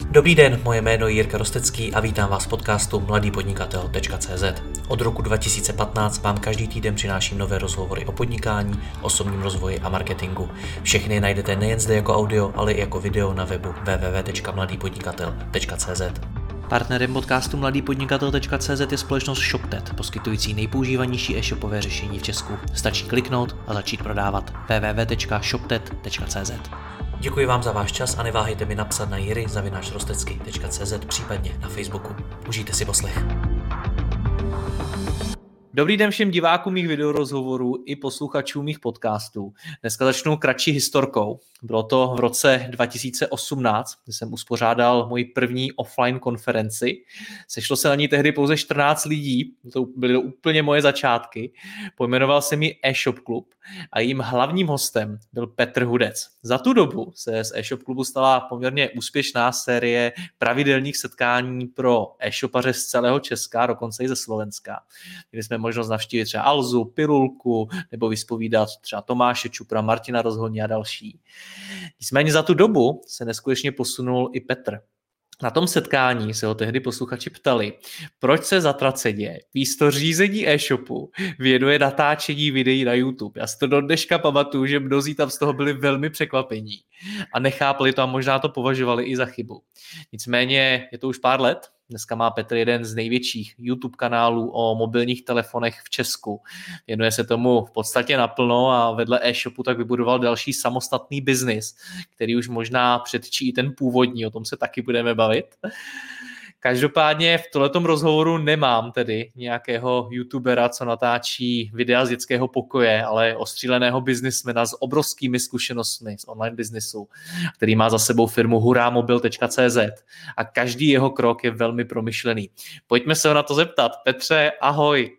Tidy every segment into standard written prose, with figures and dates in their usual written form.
Dobrý den, moje jméno je Jirka Rostecký a vítám vás v podcastu mladýpodnikatel.cz. Od roku 2015 vám každý týden přináším nové rozhovory o podnikání, osobním rozvoji a marketingu. Všechny najdete nejen zde jako audio, ale i jako video na webu www.mladýpodnikatel.cz. Partnerem podcastu mladýpodnikatel.cz je společnost ShopTet, poskytující nejpoužívanější e-shopové řešení v Česku. Stačí kliknout a začít prodávat. www.shoptet.cz. Děkuji vám za váš čas a neváhejte mi napsat na jiry@rostecky.cz, případně na Facebooku. Užijte si poslech. Dobrý den všem divákům mých videorozhovorů i posluchačům mých podcastů. Dneska začnu kratší historkou. Bylo to v roce 2018, kdy jsem uspořádal moji první offline konferenci. Sešlo se na ní tehdy pouze 14 lidí, to byly úplně moje začátky. Pojmenoval jsem ji e-shop klub a jejím hlavním hostem byl Petr Hudec. Za tu dobu se z e-shop klubu stala poměrně úspěšná série pravidelných setkání pro e-shopaře z celého Česka, dokonce i ze Slovenska. Měli jsme možnost navštívit třeba Alzu, Pirulku nebo vyspovídat třeba Tomáše Čupra, Martina Rozhodně a další. Nicméně za tu dobu se neskutečně posunul i Petr. Na tom setkání se ho tehdy posluchači ptali, proč se zatraceně místo řízení e-shopu věnuje natáčení videí na YouTube. Já si to do dneška pamatuju, že mnozí tam z toho byli velmi překvapení a nechápali to a možná to považovali i za chybu. Nicméně je to už pár let. Dneska má Petr jeden z největších YouTube kanálů o mobilních telefonech v Česku. Věnuje se tomu v podstatě naplno a vedle e-shopu tak vybudoval další samostatný biznis, který už možná předčí i ten původní, o tom se taky budeme bavit. Každopádně v tomhletom rozhovoru nemám tedy nějakého youtubera, co natáčí videa z dětského pokoje, ale ostříleného biznismena s obrovskými zkušenostmi z online biznisu, který má za sebou firmu huramobil.cz a každý jeho krok je velmi promyšlený. Pojďme se ho na to zeptat. Petře, ahoj.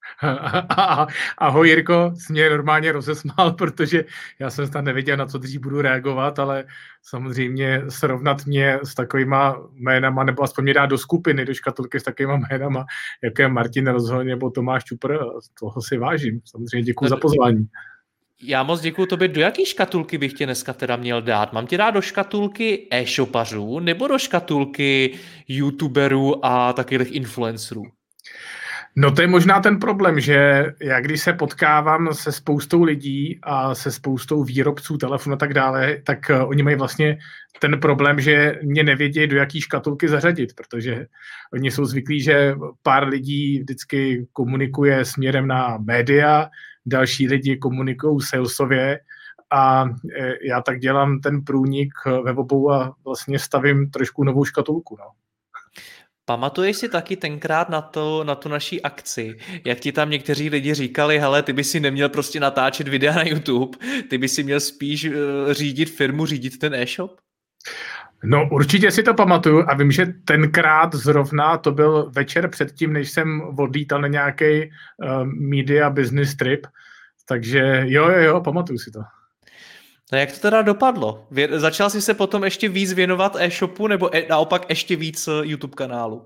Ahoj Jirko, jsi mě normálně rozesmál, protože já jsem tam nevěděl, na co dřív budu reagovat, ale samozřejmě srovnat mě s takovýma jménama, nebo aspoň mě dát do skupiny, do škatulky s takovýma jménama, jako je Martin Rozhodně nebo Tomáš Čupr, toho si vážím. Samozřejmě děkuji za pozvání. Já moc děkuji tobě. Do jaký škatulky bych tě dneska teda měl dát? Mám tě dát do škatulky e-shopařů nebo do škatulky youtuberů a takových influencerů? No to je možná ten problém, že já když se potkávám se spoustou lidí a se spoustou výrobců telefonů a tak dále, tak oni mají vlastně ten problém, že mě nevědí, do jaký škatulky zařadit, protože oni jsou zvyklí, že pár lidí vždycky komunikuje směrem na média, další lidi komunikují salesově a já tak dělám ten průnik ve obou a vlastně stavím trošku novou škatulku, no. Pamatuješ si taky tenkrát na tu naší akci, jak ti tam někteří lidi říkali, hele, ty by si neměl prostě natáčet videa na YouTube, ty by si měl spíš řídit firmu, řídit ten e-shop? No určitě si to pamatuju a vím, že tenkrát zrovna to byl večer předtím, než jsem odlítal na nějaký media business trip, takže jo, pamatuju si to. No jak to teda dopadlo? Začal jsi se potom ještě víc věnovat e-shopu nebo naopak ještě víc YouTube kanálu?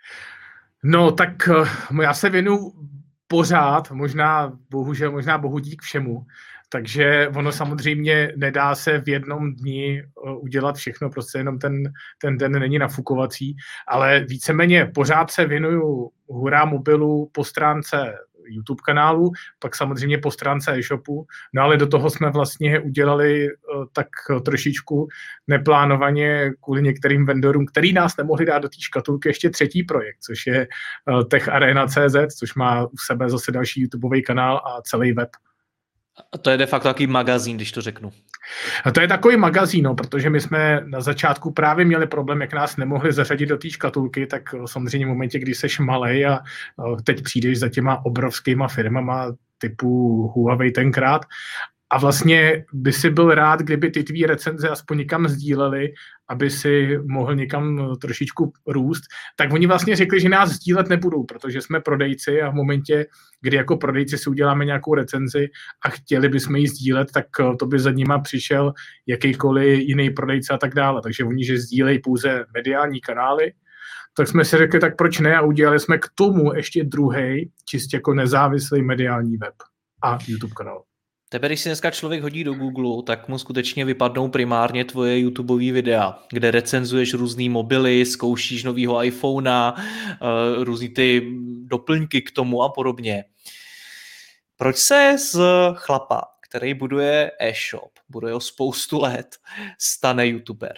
No tak já se věnuju pořád, možná bohu dík všemu. Takže ono samozřejmě nedá se v jednom dni udělat všechno, prostě jenom ten den není nafukovací, ale víceméně pořád se věnuju Hurá mobilu po stránce YouTube kanálu, pak samozřejmě po stránce e-shopu, no ale do toho jsme vlastně udělali tak trošičku neplánovaně kvůli některým vendorům, který nás nemohli dát do té škatulky ještě třetí projekt, což je TechArena.cz, což má u sebe zase další YouTubeový kanál a celý web. A to je de facto takový magazín, když to řeknu. A to je takový magazín, no, protože my jsme na začátku právě měli problém, jak nás nemohli zařadit do té škatulky, tak samozřejmě v momentě, kdy seš malej a teď přijdeš za těma obrovskýma firmama typu Huawei tenkrát a vlastně by si byl rád, kdyby ty tvý recenze aspoň někam sdíleli, aby si mohl někam trošičku růst, tak oni vlastně řekli, že nás sdílet nebudou, protože jsme prodejci a v momentě, kdy jako prodejci si uděláme nějakou recenzi a chtěli bychom ji sdílet, tak to by za nima přišel jakýkoliv jiný prodejce a tak dále. Takže oni, že sdílejí pouze mediální kanály, tak jsme si řekli, tak proč ne, a udělali jsme k tomu ještě druhý, čistě jako nezávislý mediální web a YouTube kanál. Tebe, když si dneska člověk hodí do Google, tak mu skutečně vypadnou primárně tvoje YouTubeové videa, kde recenzuješ různý mobily, zkoušíš novýho iPhonea, různý ty doplňky k tomu a podobně. Proč se z chlapa, který buduje e-shop, buduje ho spoustu let, stane YouTuber?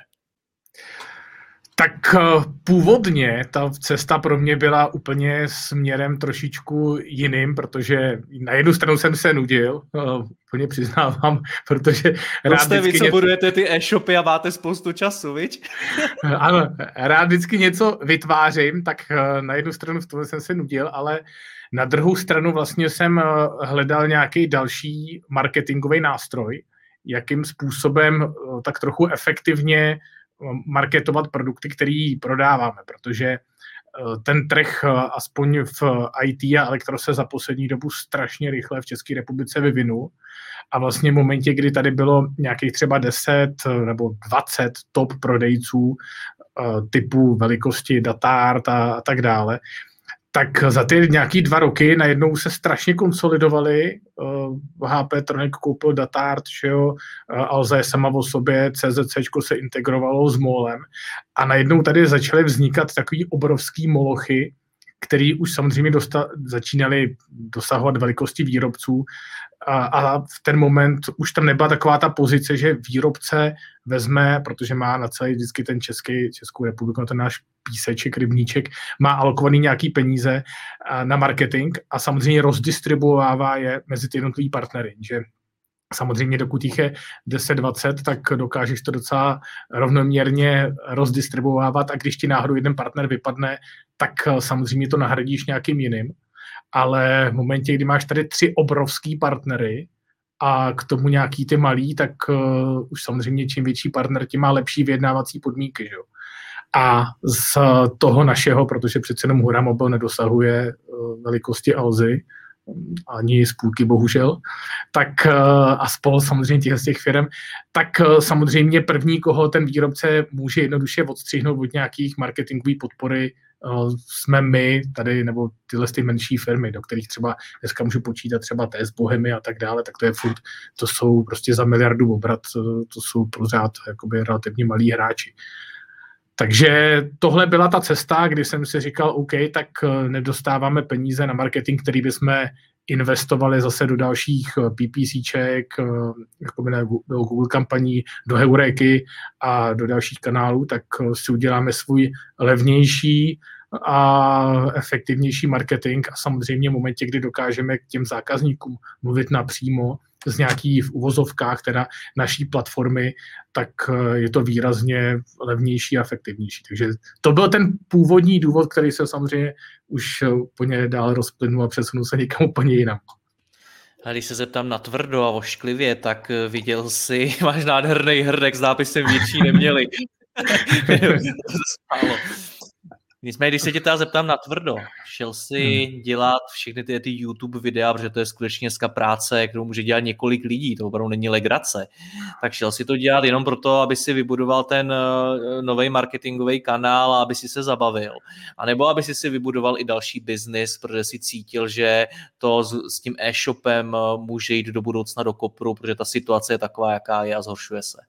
Tak původně ta cesta pro mě byla úplně směrem trošičku jiným, protože na jednu stranu jsem se nudil, úplně přiznávám, protože rád vy, co budujete ty e-shopy a máte spoustu času, viď? Ano, rád vždycky něco vytvářím, tak na jednu stranu v tom jsem se nudil, ale na druhou stranu vlastně jsem hledal nějaký další marketingový nástroj, jakým způsobem tak trochu efektivně marketovat produkty, který prodáváme, protože ten trh aspoň v IT a elektro se za poslední dobu strašně rychle v České republice vyvinul a vlastně v momentě, kdy tady bylo nějakých třeba 10 nebo 20 top prodejců typu velikosti Datart a tak dále, tak za ty nějaký 2 roky najednou se strašně konsolidovali. HP Tronic koupil Datart, že jo, Alza je sama o sobě, CZCčko se integrovalo s MOLem a najednou tady začaly vznikat takový obrovský molochy, který už samozřejmě začínali dosahovat velikosti výrobců a v ten moment už tam nebyla taková ta pozice, že výrobce vezme, protože má na celý vždycky ten Českou republiku, ten náš píseček, rybníček, má alokovaný nějaký peníze na marketing a samozřejmě rozdistribuovává je mezi ty jednotlivý partnery, že samozřejmě dokud jich je 10-20, tak dokážeš to docela rovnoměrně rozdistribuovávat a když ti náhodou jeden partner vypadne, tak samozřejmě to nahradíš nějakým jiným. Ale v momentě, kdy máš tady 3 obrovský partnery a k tomu nějaký ty malý, tak už samozřejmě čím větší partner, tím má lepší vyjednávací podmínky. Že? A z toho našeho, protože přece jenom Hura Mobil nedosahuje velikosti Alzy, ani z půlky bohužel, tak a spolu samozřejmě těch firm, tak samozřejmě první, koho ten výrobce může jednoduše odstřihnout od nějakých marketingové podpory, jsme my tady, nebo tyhle ty menší firmy, do kterých třeba dneska můžu počítat třeba TS Bohemy a tak dále, tak to je furt, to jsou prostě za miliardu obrat, to jsou pořád jakoby relativně malí hráči. Takže tohle byla ta cesta, kdy jsem si říkal, OK, tak nedostáváme peníze na marketing, který bychom investovali zase do dalších PPCček, jakoby do Google kampaní, do Heuréky a do dalších kanálů, tak si uděláme svůj levnější a efektivnější marketing a samozřejmě v momentě, kdy dokážeme k těm zákazníkům mluvit napřímo z nějaký v uvozovkách teda naší platformy, tak je to výrazně levnější a efektivnější. Takže to byl ten původní důvod, který se samozřejmě už úplně dál rozplynul a přesunul se někam úplně jinam. A když se zeptám na tvrdo a ošklivě, tak viděl jsi, máš nádherný hrdek s nápisem větší neměli. To se spálo. Nicméně, když se tě teda zeptám na tvrdo, šel si dělat všechny ty YouTube videa, protože to je skutečně dneska práce, kterou může dělat několik lidí, to opravdu není legrace, tak šel si to dělat jenom proto, aby si vybudoval ten nový marketingový kanál a aby si se zabavil. A nebo aby si vybudoval i další biznis, protože si cítil, že to s tím e-shopem může jít do budoucna do kopru, protože ta situace je taková, jaká je a zhoršuje se.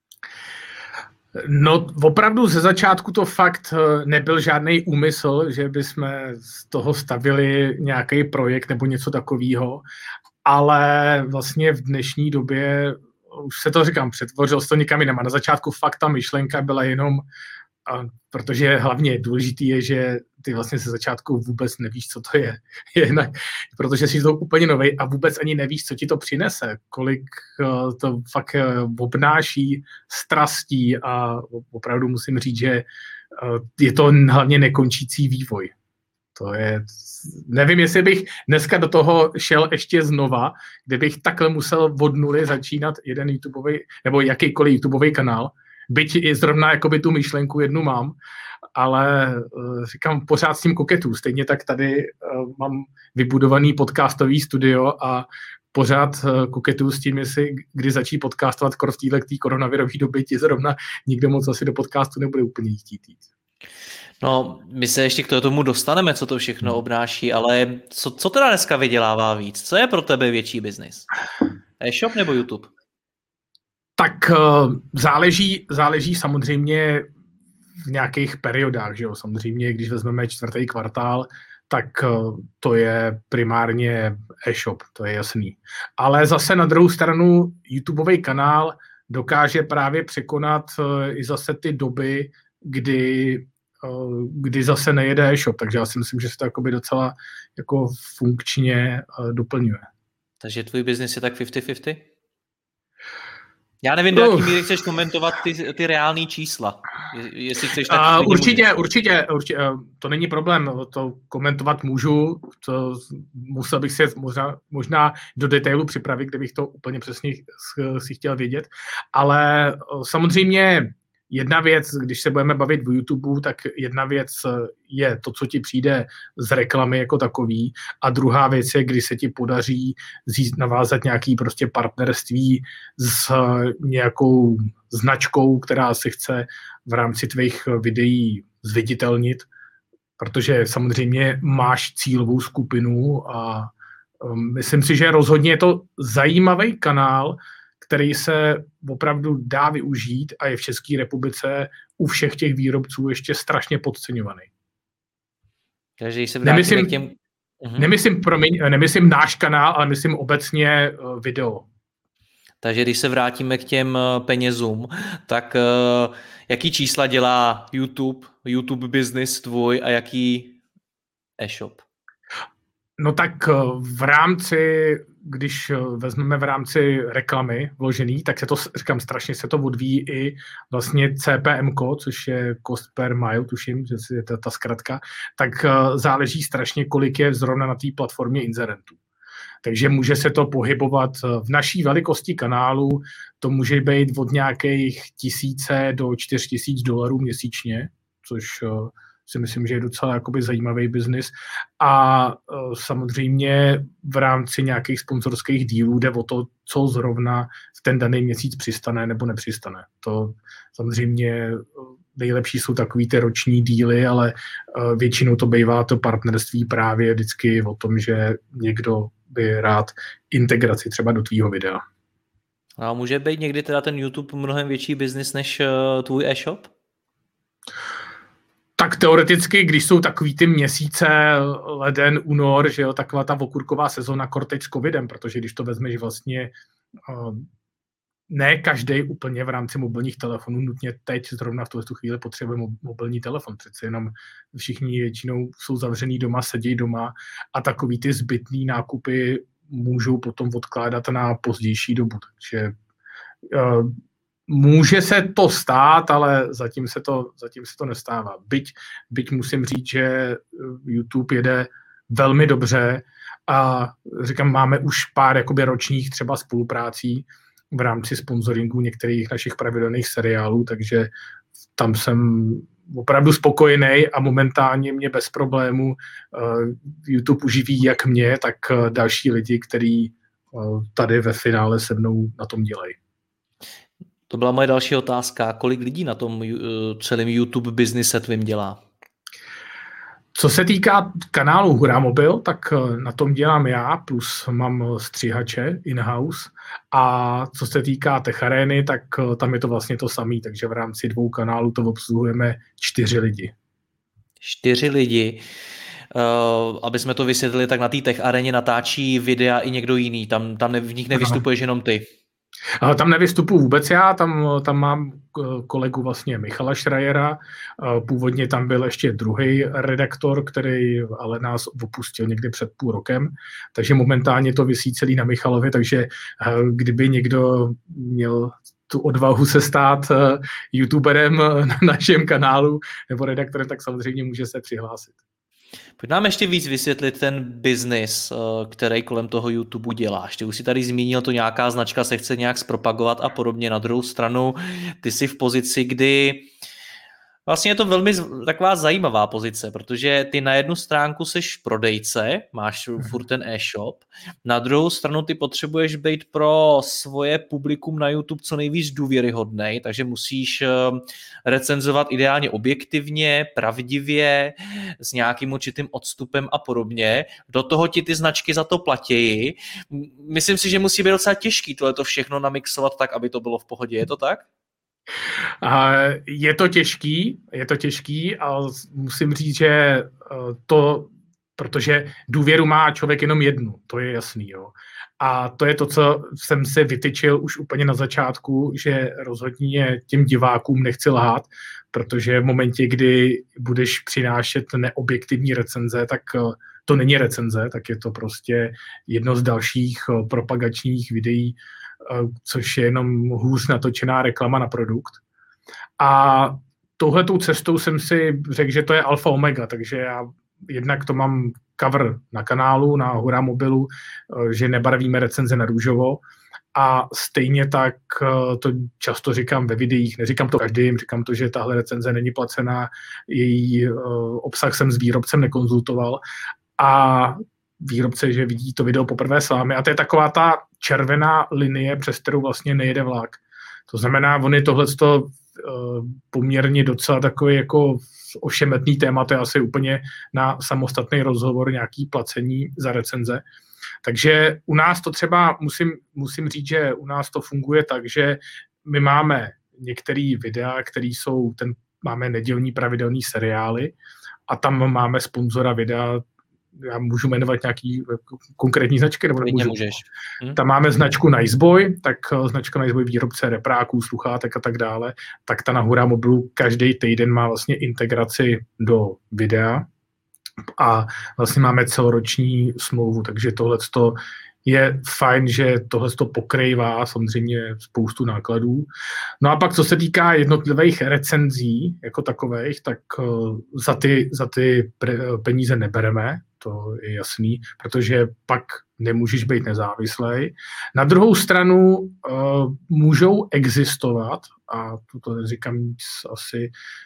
No opravdu ze začátku to fakt nebyl žádný úmysl, že bychom z toho stavili nějaký projekt nebo něco takového, ale vlastně v dnešní době, už se to říkám, přetvořil se to nikam jinam a na začátku fakt ta myšlenka byla jenom, protože hlavně důležitý je, že ty vlastně ze začátku vůbec nevíš, co to je. Protože jsi to úplně novej a vůbec ani nevíš, co ti to přinese, kolik to fakt obnáší strastí a opravdu musím říct, že je to hlavně nekončící vývoj. To je, nevím, jestli bych dneska do toho šel ještě znova, kdybych takhle musel od nuly začínat jeden YouTubeový nebo jakýkoliv YouTubeový kanál, byť i zrovna jakoby tu myšlenku jednu mám, ale říkám, pořád s tím koketu. Stejně tak tady mám vybudovaný podcastový studio a pořád koketu s tím, jestli kdy začít podcastovat v této koronavirové době, ti zrovna nikdo moc asi do podcastu nebude úplně chtít jít. No, my se ještě k tomu dostaneme, co to všechno obnáší, ale co teda dneska vydělává víc? Co je pro tebe větší biznis? E-shop nebo YouTube? Tak záleží samozřejmě v nějakých periodách, že jo. Samozřejmě, když vezmeme 4. kvartál, tak to je primárně e-shop, to je jasný. Ale zase na druhou stranu YouTubeový kanál dokáže právě překonat i zase ty doby, kdy zase nejede e-shop, takže já si myslím, že se to jakoby docela jako funkčně doplňuje. Takže tvůj biznis je tak 50-50? Já nevím, do jaký míry chceš komentovat ty reální čísla. Jestli chceš, tak určitě, to není problém, to komentovat můžu, to musel bych se možná do detailu připravit, kdybych to úplně přesně si chtěl vědět, ale samozřejmě jedna věc, když se budeme bavit v YouTube, tak jedna věc je to, co ti přijde z reklamy jako takový, a druhá věc je, kdy se ti podaří navázat nějaký prostě partnerství s nějakou značkou, která se chce v rámci tvých videí zviditelnit, protože samozřejmě máš cílovou skupinu a myslím si, že rozhodně je to zajímavý kanál, který se opravdu dá využít a je v České republice u všech těch výrobců ještě strašně podceňovaný. Takže se vrátíme k těm... Nemyslím náš kanál, ale myslím obecně video. Takže když se vrátíme k těm penězům, tak jaký čísla dělá YouTube business tvůj a jaký e-shop? No tak když vezmeme v rámci reklamy vložený, tak se to, říkám, strašně se to odvíjí i vlastně CPM, což je cost per mile, tuším, že je ta zkratka, tak záleží strašně, kolik je zrovna na té platformě inzerentů. Takže může se to pohybovat v naší velikosti kanálu, to může být od nějakých 1000 do $4000 měsíčně, což si myslím, že je docela jakoby zajímavý biznis. A samozřejmě v rámci nějakých sponzorských dílů jde o to, co zrovna v ten daný měsíc přistane nebo nepřistane. To samozřejmě nejlepší jsou takový ty roční díly, ale většinou to bývá to partnerství právě vždycky o tom, že někdo by rád integraci třeba do tvýho videa. A může být někdy teda ten YouTube mnohem větší biznis než tvůj e-shop? Tak teoreticky, když jsou takový ty měsíce, leden, únor, že jo, taková ta okurková sezóna teď s covidem, protože když to vezmeš vlastně, ne každý úplně v rámci mobilních telefonů nutně teď zrovna v tu chvíli potřebuje mobilní telefon. Přece jenom všichni většinou jsou zavřený doma, sedějí doma a takový ty zbytný nákupy můžou potom odkládat na pozdější dobu. Takže může se to stát, ale zatím se to nestává. Byť musím říct, že YouTube jede velmi dobře a říkám, máme už pár jakoby ročních třeba spoluprácí v rámci sponsoringu některých našich pravidelných seriálů, takže tam jsem opravdu spokojený a momentálně mě bez problému YouTube uživí jak mě, tak další lidi, kteří tady ve finále se mnou na tom dělají. To byla moje další otázka. Kolik lidí na tom celém YouTube biznise tvým dělá? Co se týká kanálu Hurá mobil, tak na tom dělám já, plus mám střihače in-house. A co se týká Tech Areny, tak tam je to vlastně to samé, takže v rámci 2 kanálů to obsluhujeme 4 lidi. 4 lidi. Aby jsme to vysvětlili, tak na té Tech Areně natáčí videa i někdo jiný. Tam v nich nevystupuješ jenom ty. Tam nevystupuji vůbec já, tam mám kolegu vlastně Michala Schreiera, původně tam byl ještě druhý redaktor, který ale nás opustil někdy před půl rokem, takže momentálně to visí celý na Michalovi, takže kdyby někdo měl tu odvahu se stát youtuberem na našem kanálu nebo redaktorem, tak samozřejmě může se přihlásit. Pojď nám ještě víc vysvětlit ten biznis, který kolem toho YouTube děláš. Ty už si tady zmínil, to nějaká značka se chce nějak zpropagovat a podobně. Na druhou stranu, ty jsi v pozici, kdy Vlastně je to velmi taková zajímavá pozice, protože ty na jednu stránku seš prodejce, máš furt ten e-shop, na druhou stranu ty potřebuješ být pro svoje publikum na YouTube co nejvíc důvěryhodnej, takže musíš recenzovat ideálně objektivně, pravdivě, s nějakým určitým odstupem a podobně. Do toho ti ty značky za to platí. Myslím si, že musí být docela těžký tohleto všechno namixovat tak, aby to bylo v pohodě. Je to tak? Je to těžký, ale musím říct, že to, protože důvěru má člověk jenom jednu, to je jasný. Jo. A to je to, co jsem si vytyčil už úplně na začátku, že rozhodně těm divákům nechci lhát, protože v momentě, kdy budeš přinášet neobjektivní recenze, tak to není recenze, tak je to prostě jedno z dalších propagačních videí, což je jenom hůř natočená reklama na produkt. A touhletou cestou jsem si řekl, že to je alfa omega, takže já jednak to mám cover na kanálu, na Hurá mobilu, že nebarvíme recenze na růžovo a stejně tak to často říkám ve videích, neříkám to každým, říkám to, že tahle recenze není placená, její obsah jsem s výrobcem nekonzultoval a výrobce, že vidí to video poprvé s vámi a to je taková ta červená linie, přes kterou vlastně nejede vlak. To znamená, on je tohleto poměrně docela takový jako ošemetný téma, to je asi úplně na samostatný rozhovor, nějaký placení za recenze. Takže u nás to třeba, musím říct, že u nás to funguje tak, že my máme některé videa, které jsou, máme nedělní pravidelný seriály a tam máme sponzora videa, já můžu jmenovat nějaký konkrétní značky, nebo nemůžu. Můžeš. Tam máme značku Niceboy, tak značka Niceboy výrobce repráků, sluchátek a tak dále, tak ta na Hurá mobilu každý týden má vlastně integraci do videa a vlastně máme celoroční smlouvu, takže tohleto je fajn, že tohleto pokrývá samozřejmě spoustu nákladů. No a pak, co se týká jednotlivých recenzí jako takových, tak za ty peníze nebereme, to je jasný, protože pak nemůžeš být nezávislej. Na druhou stranu můžou existovat, a to neříkám nic asi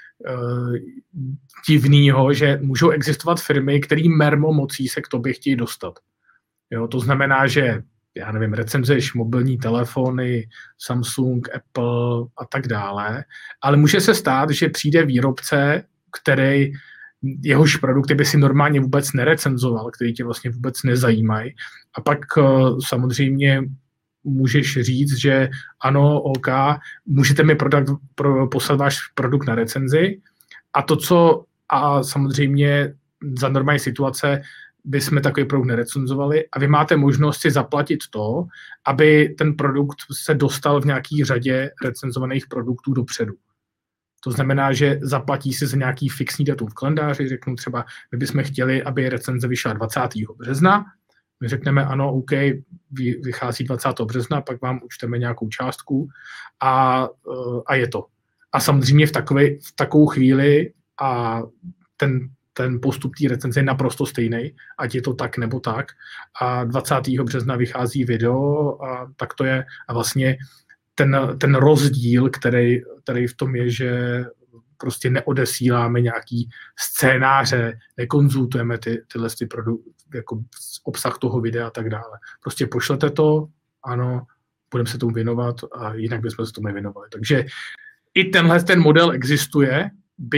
divnýho, že můžou existovat firmy, které mermomocí se k tobě chtějí dostat. Jo, to znamená, že já nevím, recenzuješ mobilní telefony, Samsung, Apple a tak dále, ale může se stát, že přijde výrobce, který jehož produkty by si normálně vůbec nerecenzoval, který tě vlastně vůbec nezajímají. A pak samozřejmě můžeš říct, že ano, OK, můžete mi poslat váš produkt na recenzi a samozřejmě za normální situace bychom takový produkt nerecenzovali a vy máte možnost si zaplatit to, aby ten produkt se dostal v nějaký řadě recenzovaných produktů dopředu. To znamená, že zaplatí si za nějaký fixní datum v kalendáři, řeknu třeba, my bychom chtěli, aby recenze vyšla 20. března, my řekneme ano, OK, vychází 20. března, pak vám účteme nějakou částku a je to. A samozřejmě v takovou chvíli a ten postup té recenze je naprosto stejný, ať je to tak nebo tak. A 20. března vychází video a tak to je. A vlastně ten rozdíl, který v tom je, že prostě neodesíláme nějaký scénáře, nekonzultujeme tyhle jako obsah toho videa a tak dále. Prostě pošlete to, ano, budeme se tomu věnovat a jinak bychom se tomu věnovali. Takže i ten model existuje,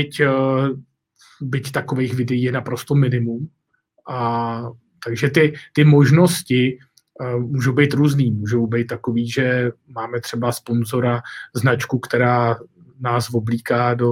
byť takových videí je naprosto minimum. Takže ty možnosti můžou být různý. Můžou být takový, že máme třeba sponzora, značku, která nás oblíká do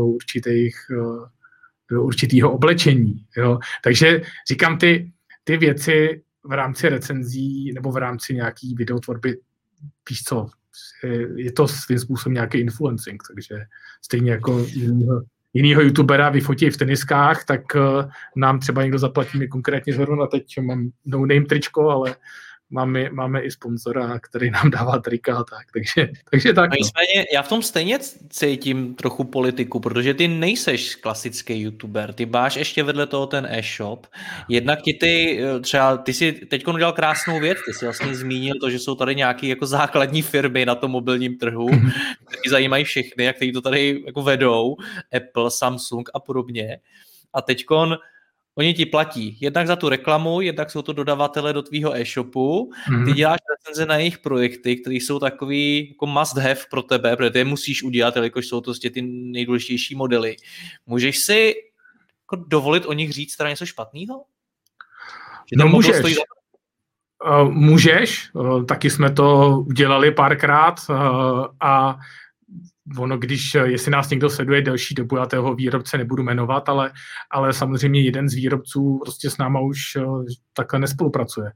určitého oblečení. Jo? Takže říkám, ty věci v rámci recenzí nebo v rámci nějaký videotvorby, víš co, je to svým způsobem nějaký influencing, takže stejně jako jinýho youtubera vyfotí v teniskách, tak nám třeba někdo zaplatí, mi konkrétně zrovna teď mám no name tričko, ale máme i sponzora, který nám dává trika a tak, takže tak. No. Nicméně, já v tom stejně cítím trochu politiku, protože ty nejseš klasický youtuber, ty máš ještě vedle toho ten e-shop, jednak ty si teď udělal krásnou věc, ty si vlastně zmínil to, že jsou tady nějaké jako základní firmy na tom mobilním trhu, které zajímají všechny a kteří to tady jako vedou, Apple, Samsung a podobně. A teďkon oni ti platí jednak za tu reklamu, jednak jsou to dodavatele do tvýho e-shopu, ty děláš recenze na jejich projekty, které jsou takový jako must have pro tebe, protože ty je musíš udělat, jelikož jsou to ty nejdůležitější modely. Můžeš si jako dovolit o nich říct teda něco špatného? No můžeš. Můžeš, taky jsme to udělali párkrát a ono, jestli nás někdo sleduje delší dobu, já toho výrobce nebudu jmenovat, ale samozřejmě jeden z výrobců prostě s náma už takhle nespolupracuje.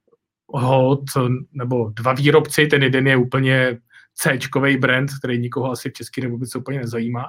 Nebo dva výrobci, ten jeden je úplně C-čkovej brand, který nikoho asi v České republice úplně nezajímá.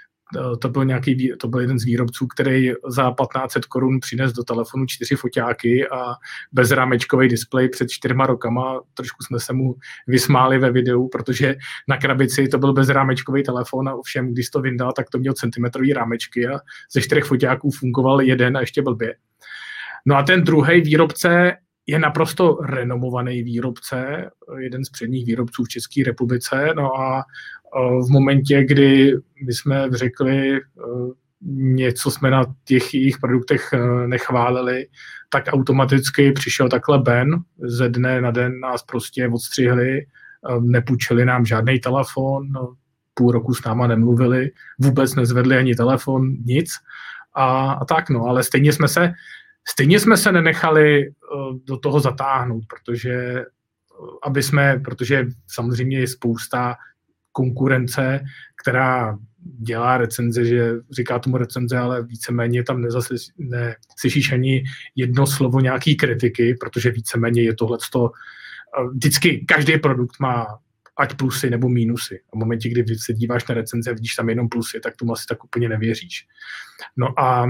To byl jeden z výrobců, který za 1500 korun přines do telefonu 4 foťáky a bezrámečkový displej před 4 rokama. Trošku jsme se mu vysmáli ve videu, protože na krabici to byl bezrámečkový telefon a ovšem, když to vyndal, tak to měl centimetrový rámečky a ze 4 foťáků fungoval jeden a ještě blbě. No a ten druhý výrobce je naprosto renomovaný výrobce, jeden z předních výrobců v České republice, no a v momentě, kdy my jsme řekli, něco jsme na těch jejich produktech nechválili, tak automaticky přišel takhle Ben, ze dne na den nás prostě odstřihli, nepůjčili nám žádný telefon, půl roku s náma nemluvili, vůbec nezvedli ani telefon, nic a tak no, ale stejně jsme se nenechali do toho zatáhnout, protože samozřejmě je spousta konkurence, která dělá recenze, že říká tomu recenze, ale víceméně tam neslyšíš ani jedno slovo nějaký kritiky, protože víceméně je tohleto, vždycky každý produkt má ať plusy nebo mínusy. A v momentě, kdy se díváš na recenze a vidíš tam jenom plusy, tak tomu asi tak úplně nevěříš. No a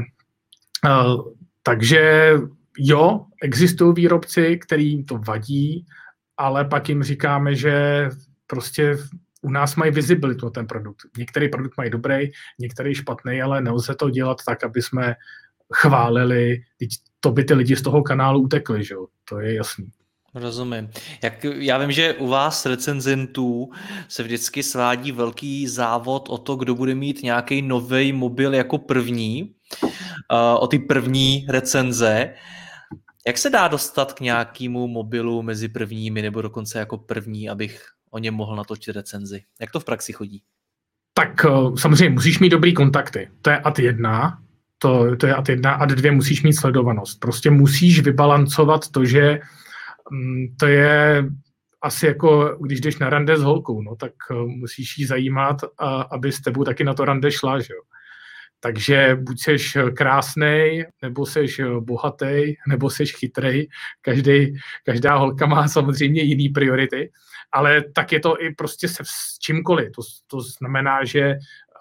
takže jo, existují výrobci, kterým to vadí, ale pak jim říkáme, že prostě u nás mají visibilitu na ten produkt. Některý produkt mají dobrý, některý špatný, ale nelze to dělat tak, aby jsme chválili, to by ty lidi z toho kanálu utekli, že jo? To je jasný. Rozumím. Já vím, že u vás recenzentů se vždycky svádí velký závod o to, kdo bude mít nějaký nový mobil jako první, o ty první recenze. Jak se dá dostat k nějakému mobilu mezi prvními nebo dokonce jako první, abych o něm mohl natočit recenzi? Jak to v praxi chodí? Tak samozřejmě musíš mít dobrý kontakty. To je ad 1. To je ad 1. Ad 2 musíš mít sledovanost. Prostě musíš vybalancovat to, že to je asi jako, když jdeš na rande s holkou, no, tak musíš jí zajímat, aby s tebou taky na to rande šla, že jo. Takže buď seš krásnej, nebo seš bohatý, nebo seš chytrej. Každá holka má samozřejmě jiný priority, ale tak je to i prostě se s čímkoliv. To znamená, že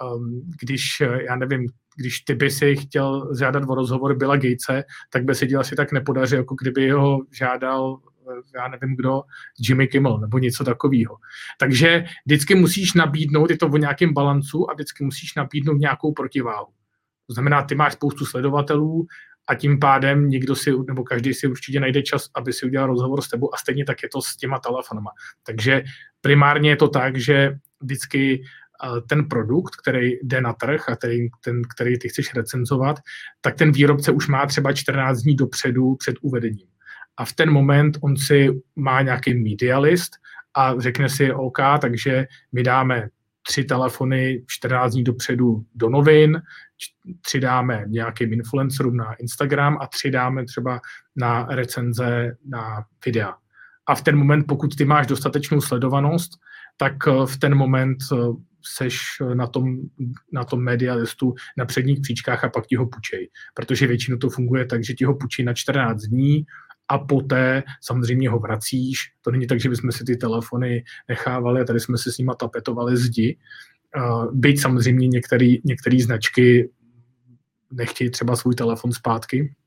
když ty by si chtěl žádat o rozhovor Billa Gatese, tak by se dělal asi tak nepodařil, jako kdyby ho žádal já nevím kdo, Jimmy Kimmel nebo něco takového. Takže vždycky musíš nabídnout, je to o nějakém balancu a vždycky musíš nabídnout nějakou protiváhu. To znamená, ty máš spoustu sledovatelů a tím pádem nebo každý si určitě najde čas, aby si udělal rozhovor s tebou a stejně tak je to s těma telefonama. Takže primárně je to tak, že vždycky ten produkt, který jde na trh a který ty chceš recenzovat, tak ten výrobce už má třeba 14 dní dopředu před uvedením. A v ten moment on si má nějaký media list a řekne si OK, takže my dáme 3 telefony 14 dní dopředu do novin, 3 dáme nějakým influencerům na Instagram a 3 dáme třeba na recenze na videa. A v ten moment, pokud ty máš dostatečnou sledovanost, tak v ten moment seš na tom media listu na předních příčkách a pak ti ho půjčej. Protože většinou to funguje tak, že ti ho půjčí na 14 dní a poté samozřejmě ho vracíš. To není tak, že bychom si ty telefony nechávali a tady jsme si s nima tapetovali zdi. Byť samozřejmě některé značky nechtějí třeba svůj telefon zpátky,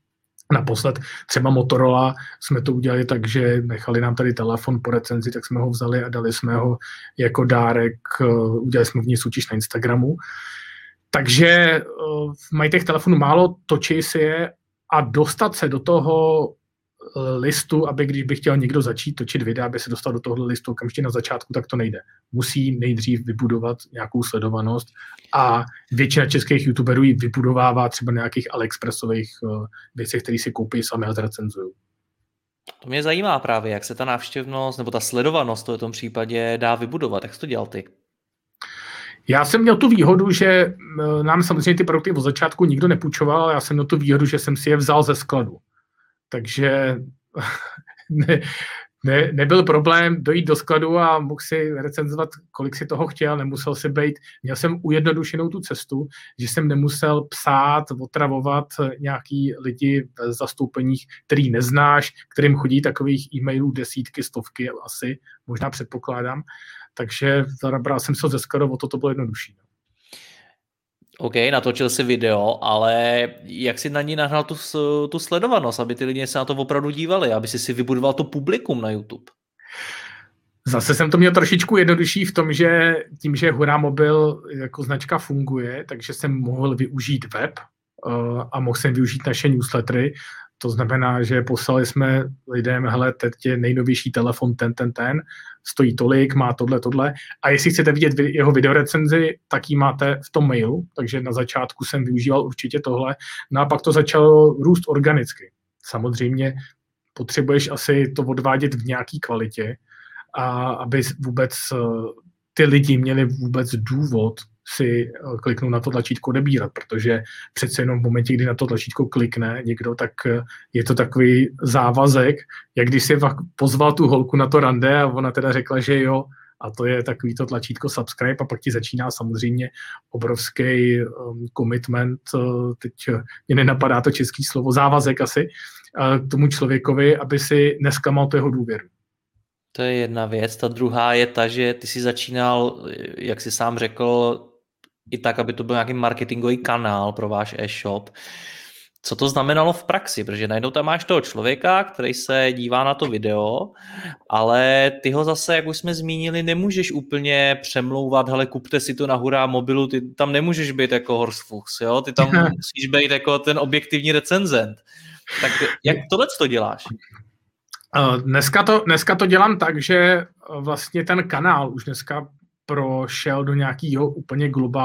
Naposled třeba Motorola jsme to udělali tak, že nechali nám tady telefon po recenzi, tak jsme ho vzali a dali jsme ho jako dárek, udělali jsme v ní soutěž na Instagramu. Takže mají těch telefonů málo, točí si je a dostat se do toho listu, aby když by chtěl někdo začít točit videa, aby se dostal do tohohle listu okamžitě na začátku, tak to nejde. Musí nejdřív vybudovat nějakou sledovanost a většina českých youtuberů ji vybudovává třeba na nějakých AliExpressových věcech, které si koupí sami a zrecenzují. To mě zajímá právě, jak se ta návštěvnost nebo ta sledovanost v tom případě dá vybudovat. Jak jsi to dělal ty? Já jsem měl tu výhodu, že nám samozřejmě ty produkty od začátku nikdo nepůjčoval, já jsem měl tu výhodu, že jsem si je vzal ze skladu. Takže nebyl problém dojít do skladu a mohl si recenzovat, kolik si toho chtěl, nemusel si být. Měl jsem ujednodušenou tu cestu, že jsem nemusel psát, otravovat nějaký lidi v zastoupeních, který neznáš, kterým chodí takových e-mailů desítky, stovky asi, možná předpokládám. Takže zabral jsem se ze skladu, o to bylo jednodušší. OK, natočil si video, ale jak si na ní nahnal tu sledovanost, aby ty lidi se na to opravdu dívali, aby si vybudoval to publikum na YouTube? Zase jsem to měl trošičku jednodušší v tom, že tím, že Hurá Mobil jako značka funguje, takže jsem mohl využít web a mohl jsem využít naše newslettery. To znamená, že poslali jsme lidem, hele, teď je nejnovější telefon ten, stojí tolik, má tohle. A jestli chcete vidět jeho videorecenzi, tak ji máte v tom mailu, takže na začátku jsem využíval určitě tohle. No a pak to začalo růst organicky. Samozřejmě potřebuješ asi to odvádět v nějaký kvalitě, a aby vůbec ty lidi měli vůbec důvod si kliknout na to tlačítko odebírat, protože přece jenom v momentě, kdy na to tlačítko klikne někdo, tak je to takový závazek, jak když si pozval tu holku na to rande a ona teda řekla, že jo, a to je takový to tlačítko subscribe a pak ti začíná samozřejmě obrovský commitment, teď mě nenapadá to český slovo, závazek asi, k tomu člověkovi, aby si nesklamal tu jeho důvěru. To je jedna věc. Ta druhá je ta, že ty jsi začínal, jak jsi sám řekl, i tak, aby to byl nějaký marketingový kanál pro váš e-shop. Co to znamenalo v praxi? Protože najednou tam máš toho člověka, který se dívá na to video, ale ty ho zase, jak už jsme zmínili, nemůžeš úplně přemlouvat, hele, kupte si to na Hurá Mobilu, ty tam nemůžeš být jako Horst Fuchs, jo? Ty tam musíš být jako ten objektivní recenzent. Tak jak tohleto děláš? Dneska to dělám tak, že vlastně ten kanál už dneska prošel do nějakého úplně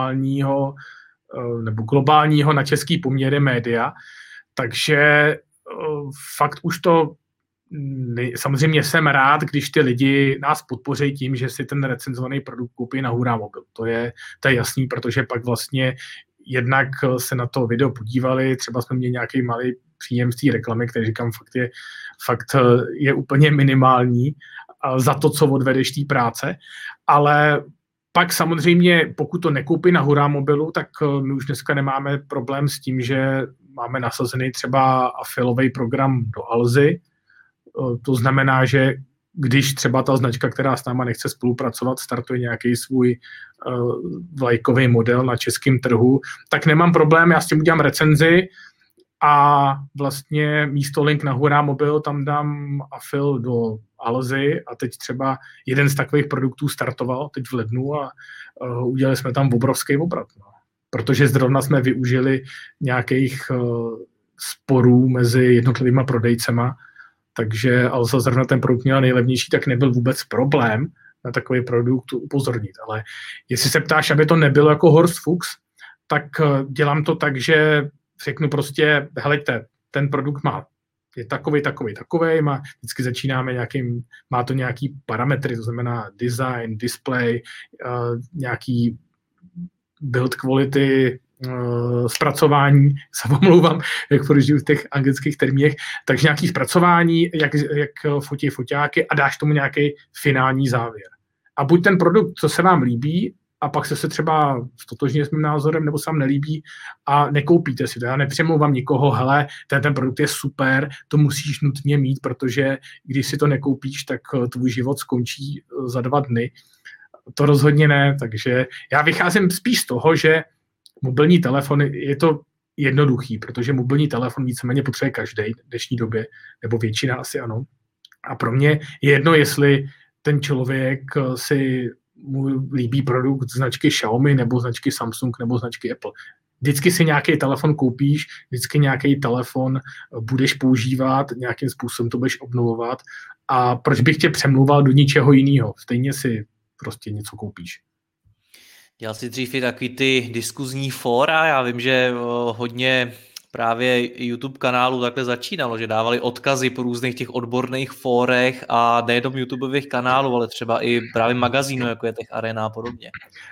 globálního na český poměry média, takže fakt už to, samozřejmě jsem rád, když ty lidi nás podpoří tím, že si ten recenzovaný produkt koupí na Hurá Mobil. To je jasný, protože pak vlastně jednak se na to video podívali, třeba jsme měli nějaký malý příjem z té reklamy, který říkám fakt je úplně minimální za to, co odvedeš té práce, ale pak samozřejmě, pokud to nekoupí na Hurá Mobilu, tak my už dneska nemáme problém s tím, že máme nasazený třeba afilový program do Alzy. To znamená, že když třeba ta značka, která s náma nechce spolupracovat, startuje nějaký svůj vlajkový model na českém trhu, tak nemám problém, já s tím udělám recenzi a vlastně místo link na Hurá Mobil tam dám afil do Alzy a teď třeba jeden z takových produktů startoval teď v lednu a udělali jsme tam obrovský obrat. No. Protože zrovna jsme využili nějakých sporů mezi jednotlivýma prodejcema, takže Alza zrovna ten produkt měl nejlevnější, tak nebyl vůbec problém na takový produkt upozornit. Ale jestli se ptáš, aby to nebylo jako Horst Fuchs, tak dělám to tak, že řeknu prostě, heleďte, ten produkt je takovej, vždycky začínáme má to nějaký parametry, to znamená design, display, nějaký build quality, zpracování, se omlouvám, jak použiju v těch anglických termínech, takže nějaký zpracování, jak fotí foťáky a dáš tomu nějaký finální závěr. A buď ten produkt, co se vám líbí, a pak se třeba stotožní s mým názorem, nebo se vám nelíbí a nekoupíte si to. Já nepřemlouvám nikoho, hele, ten produkt je super, to musíš nutně mít, protože když si to nekoupíš, tak tvůj život skončí za 2 dny. To rozhodně ne, takže já vycházím spíš z toho, že mobilní telefon je to jednoduchý, protože mobilní telefon víceméně potřebuje každý v dnešní době, nebo většina asi ano. A pro mě je jedno, jestli ten člověk si mu líbí produkt značky Xiaomi, nebo značky Samsung, nebo značky Apple. Vždycky si nějaký telefon koupíš, vždycky nějaký telefon budeš používat, nějakým způsobem to budeš obnovovat a proč bych tě přemlouval do ničeho jiného? Stejně si prostě něco koupíš. Dělal jsi dřív i takový ty diskuzní fóra, já vím, že hodně právě YouTube kanálu takhle začínalo, že dávali odkazy po různých těch odborných fórech a nejenom YouTubeových kanálů, ale třeba i právě magazínů, jako je Tech Arena a podobně.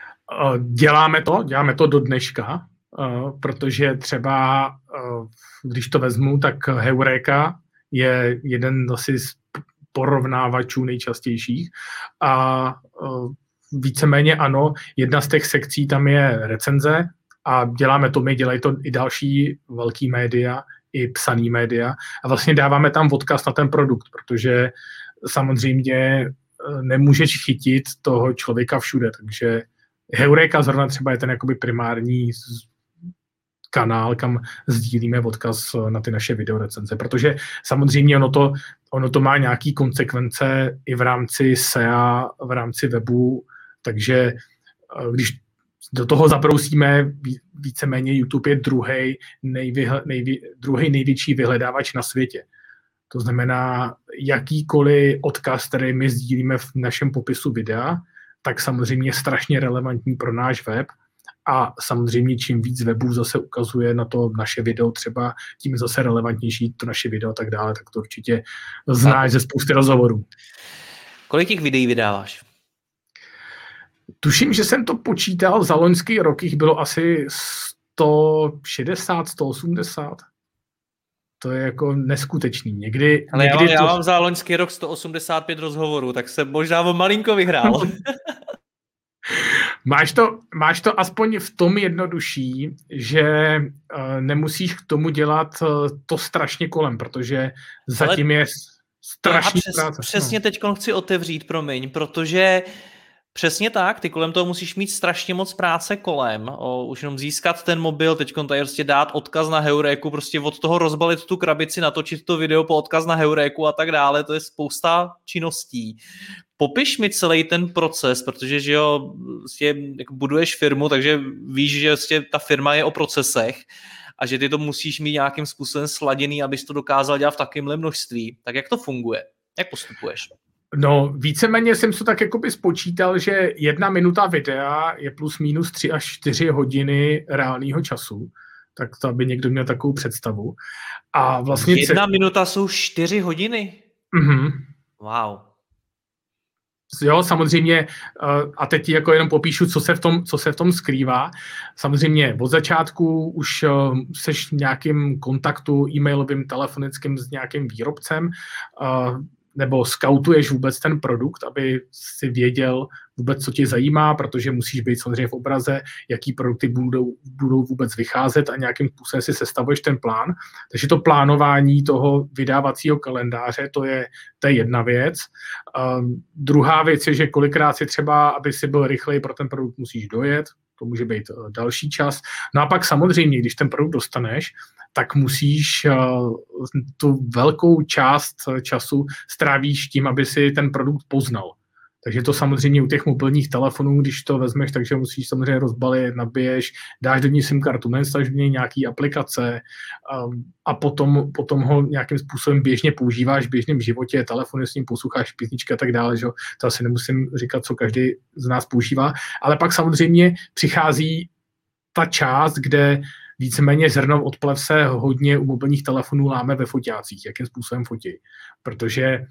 Děláme to do dneška, protože třeba, když to vezmu, tak Heureka je jeden asi z porovnávačů nejčastějších a víceméně ano, jedna z těch sekcí tam je recenze a děláme to my, dělají to i další velký média, i psaný média a vlastně dáváme tam odkaz na ten produkt, protože samozřejmě nemůžeš chytit toho člověka všude, takže Heureka zrovna třeba je ten jakoby primární kanál, kam sdílíme odkaz na ty naše videorecenze, protože samozřejmě ono to má nějaký konsekvence i v rámci SEA, v rámci webu, takže když do toho zabrousíme, víceméně YouTube je druhý největší vyhledávač na světě. To znamená, jakýkoliv odkaz, který my sdílíme v našem popisu videa, tak samozřejmě je strašně relevantní pro náš web a samozřejmě čím víc webů zase ukazuje na to naše video třeba, tím zase relevantnější to naše video a tak dále, tak to určitě znáš ze spousty rozhovorů. Kolik těch videí vydáváš? Tuším, že jsem to počítal, za loňský rok jich bylo asi 160, 180. To je jako neskutečný. Někdy já mám za loňský rok 185 rozhovorů, tak jsem možná o malinko vyhrál. Máš to aspoň v tom jednodušší, že nemusíš k tomu dělat to strašně kolem, protože zatím je strašný práce. Přesně teď chci otevřít, promiň, protože přesně tak, ty kolem toho musíš mít strašně moc práce kolem, už jenom získat ten mobil, teď tady prostě dát odkaz na Heuréku, prostě od toho rozbalit tu krabici, natočit to video po odkaz na Heuréku a tak dále, to je spousta činností. Popiš mi celý ten proces, protože že jo, jako buduješ firmu, takže víš, že ta firma je o procesech a že ty to musíš mít nějakým způsobem sladěný, abys to dokázal dělat v takovémhle množství. Tak jak to funguje? Jak postupuješ? No, víceméně jsem to tak jakoby spočítal, že 1 minuta videa je plus minus 3 až 4 hodiny reálného času. Tak to, aby někdo měl takovou představu. A vlastně 1 minuta jsou 4 hodiny? Mhm. Wow. Jo, samozřejmě, a teď jako jenom popíšu, co se v tom skrývá. Samozřejmě od začátku už seš v nějakém kontaktu e-mailovým, telefonickým s nějakým výrobcem, nebo skautuješ vůbec ten produkt, aby si věděl vůbec, co tě zajímá, protože musíš být samozřejmě v obraze, jaký produkty budou vůbec vycházet a nějakým způsobem si sestavuješ ten plán. Takže to plánování toho vydávacího kalendáře, to je jedna věc. Druhá věc je, že kolikrát si třeba, aby si byl rychlej pro ten produkt, musíš dojet, to může být další čas. No a pak samozřejmě, když ten produkt dostaneš, tak musíš tu velkou část času strávíš tím, aby si ten produkt poznal. Takže to samozřejmě u těch mobilních telefonů, když to vezmeš, takže musíš samozřejmě rozbalit, nabiješ, dáš do ní SIM kartu, nainstáluješ do něj nějaký aplikace a potom ho nějakým způsobem běžně používáš v běžném životě, telefony s ním posloucháš, písničky a tak dále, že? To asi nemusím říkat, co každý z nás používá, ale pak samozřejmě přichází ta část, kde víceméně zrno od plev se hodně u mobilních telefonů láme ve foťácích, jakým způsobem fotí. Protože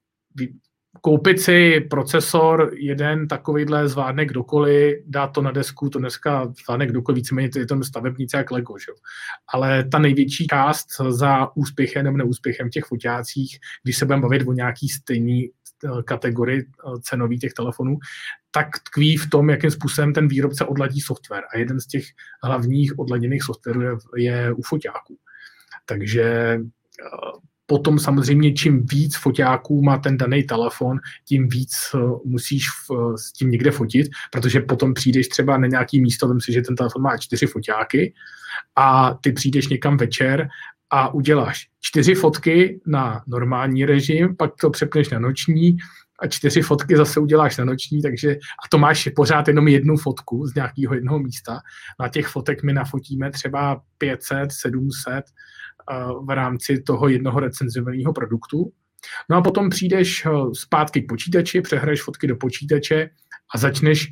koupit si procesor jeden takovýhle zvládne kdokoliv, dá to na desku, to dneska zvládne kdokoliv, víceméně je to stavebnice jak Lego. Že? Ale ta největší část za úspěchem nebo neúspěchem těch foťácích, když se budeme bavit o nějaký stejný kategorii cenový těch telefonů, tak tkví v tom, jakým způsobem ten výrobce odladí software. A jeden z těch hlavních odladěných softwarů je u foťáků. Takže potom samozřejmě čím víc foťáků má ten daný telefon, tím víc musíš s tím někde fotit, protože potom přijdeš třeba na nějaký místo, vem si, že ten telefon má 4 foťáky a ty přijdeš někam večer a uděláš 4 fotky na normální režim, pak to přepneš na noční a 4 fotky zase uděláš na noční, takže a to máš pořád jenom jednu fotku z nějakého jednoho místa. Na těch fotek my nafotíme třeba 500, 700 v rámci toho jednoho recenzovaného produktu. No a potom přijdeš zpátky k počítači, přehraješ fotky do počítače a začneš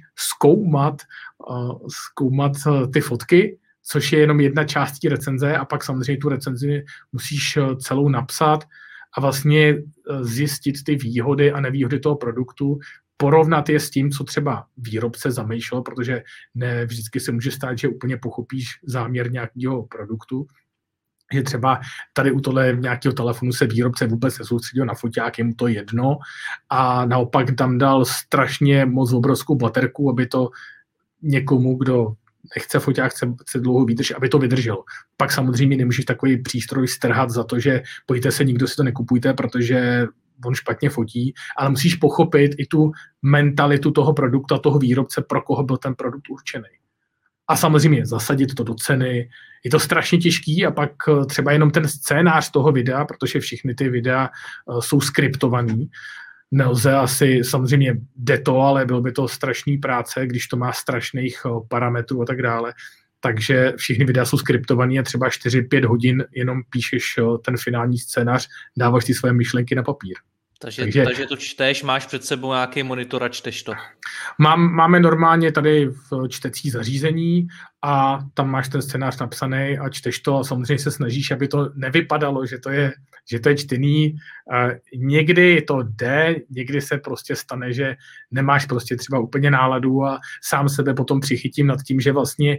zkoumat ty fotky, což je jenom jedna část té recenze a pak samozřejmě tu recenzi musíš celou napsat a vlastně zjistit ty výhody a nevýhody toho produktu, porovnat je s tím, co třeba výrobce zamýšlel, protože ne vždycky se může stát, že úplně pochopíš záměr nějakého produktu. Že třeba tady u tohle nějakého telefonu se výrobce vůbec nesoustředil na foťák, je mu to jedno a naopak tam dal strašně moc obrovskou baterku, aby to někomu, kdo nechce foťák, chce dlouho vydržet, aby to vydrželo. Pak samozřejmě nemůžeš takový přístroj strhat za to, že pojďte se, nikdo si to nekupujte, protože on špatně fotí, ale musíš pochopit i tu mentalitu toho produktu a toho výrobce, pro koho byl ten produkt určený. A samozřejmě zasadit to do ceny. Je to strašně těžký a pak třeba jenom ten scénář toho videa, protože všechny ty videa jsou skriptovaný. Nelze asi, samozřejmě jde to, ale bylo by to strašný práce, když to má strašných parametrů a tak dále. Takže všechny videa jsou skriptované a třeba 4-5 hodin jenom píšeš ten finální scénář, dáváš ty své myšlenky na papír. Takže to čteš, máš před sebou nějaký monitor a čteš to? Máme normálně tady v čtecí zařízení a tam máš ten scénář napsaný a čteš to a samozřejmě se snažíš, aby to nevypadalo, že to je čtený. Někdy to jde, někdy se prostě stane, že nemáš prostě třeba úplně náladu a sám sebe potom přichytím nad tím, že vlastně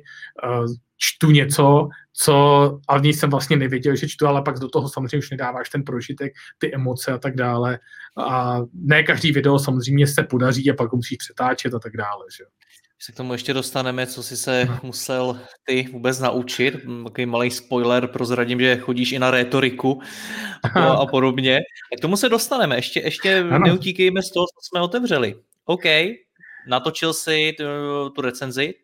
čtu něco, ale nic jsem vlastně nevěděl, že čtu, ale pak do toho samozřejmě už nedáváš ten prožitek, ty emoce a tak dále. A ne každý video samozřejmě se podaří a pak ho musíš přetáčet a tak dále. Že? Se k tomu ještě dostaneme, co jsi se musel ty vůbec naučit. Takový malý spoiler, prozradím, že chodíš i na rétoriku a podobně. K tomu se dostaneme. Ještě neutíkejme z toho, co jsme otevřeli. OK, natočil si tu recenzi,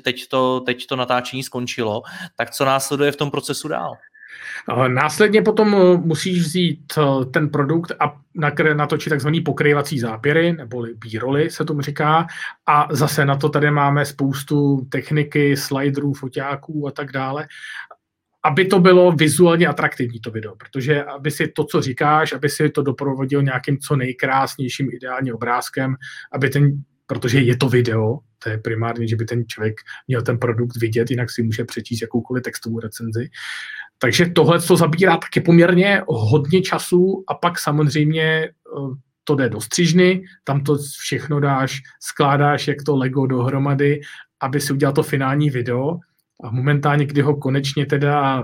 teď to natáčení skončilo, tak co následuje v tom procesu dál? Následně potom musíš vzít ten produkt a natočit takzvaný pokrývací záběry, neboli B-roly se tomu říká, a zase na to tady máme spoustu techniky, sliderů, foťáků a tak dále, aby to bylo vizuálně atraktivní to video, protože aby si to, co říkáš, aby si to doprovodil nějakým co nejkrásnějším ideálním obrázkem, protože je to video, to je primárně, že by ten člověk měl ten produkt vidět, jinak si může přečíst jakoukoliv textovou recenzi. Takže tohle to zabírá taky poměrně hodně času a pak samozřejmě to jde do střižny, tam to všechno skládáš jak to Lego dohromady, aby si udělal to finální video a momentálně, kdy ho konečně teda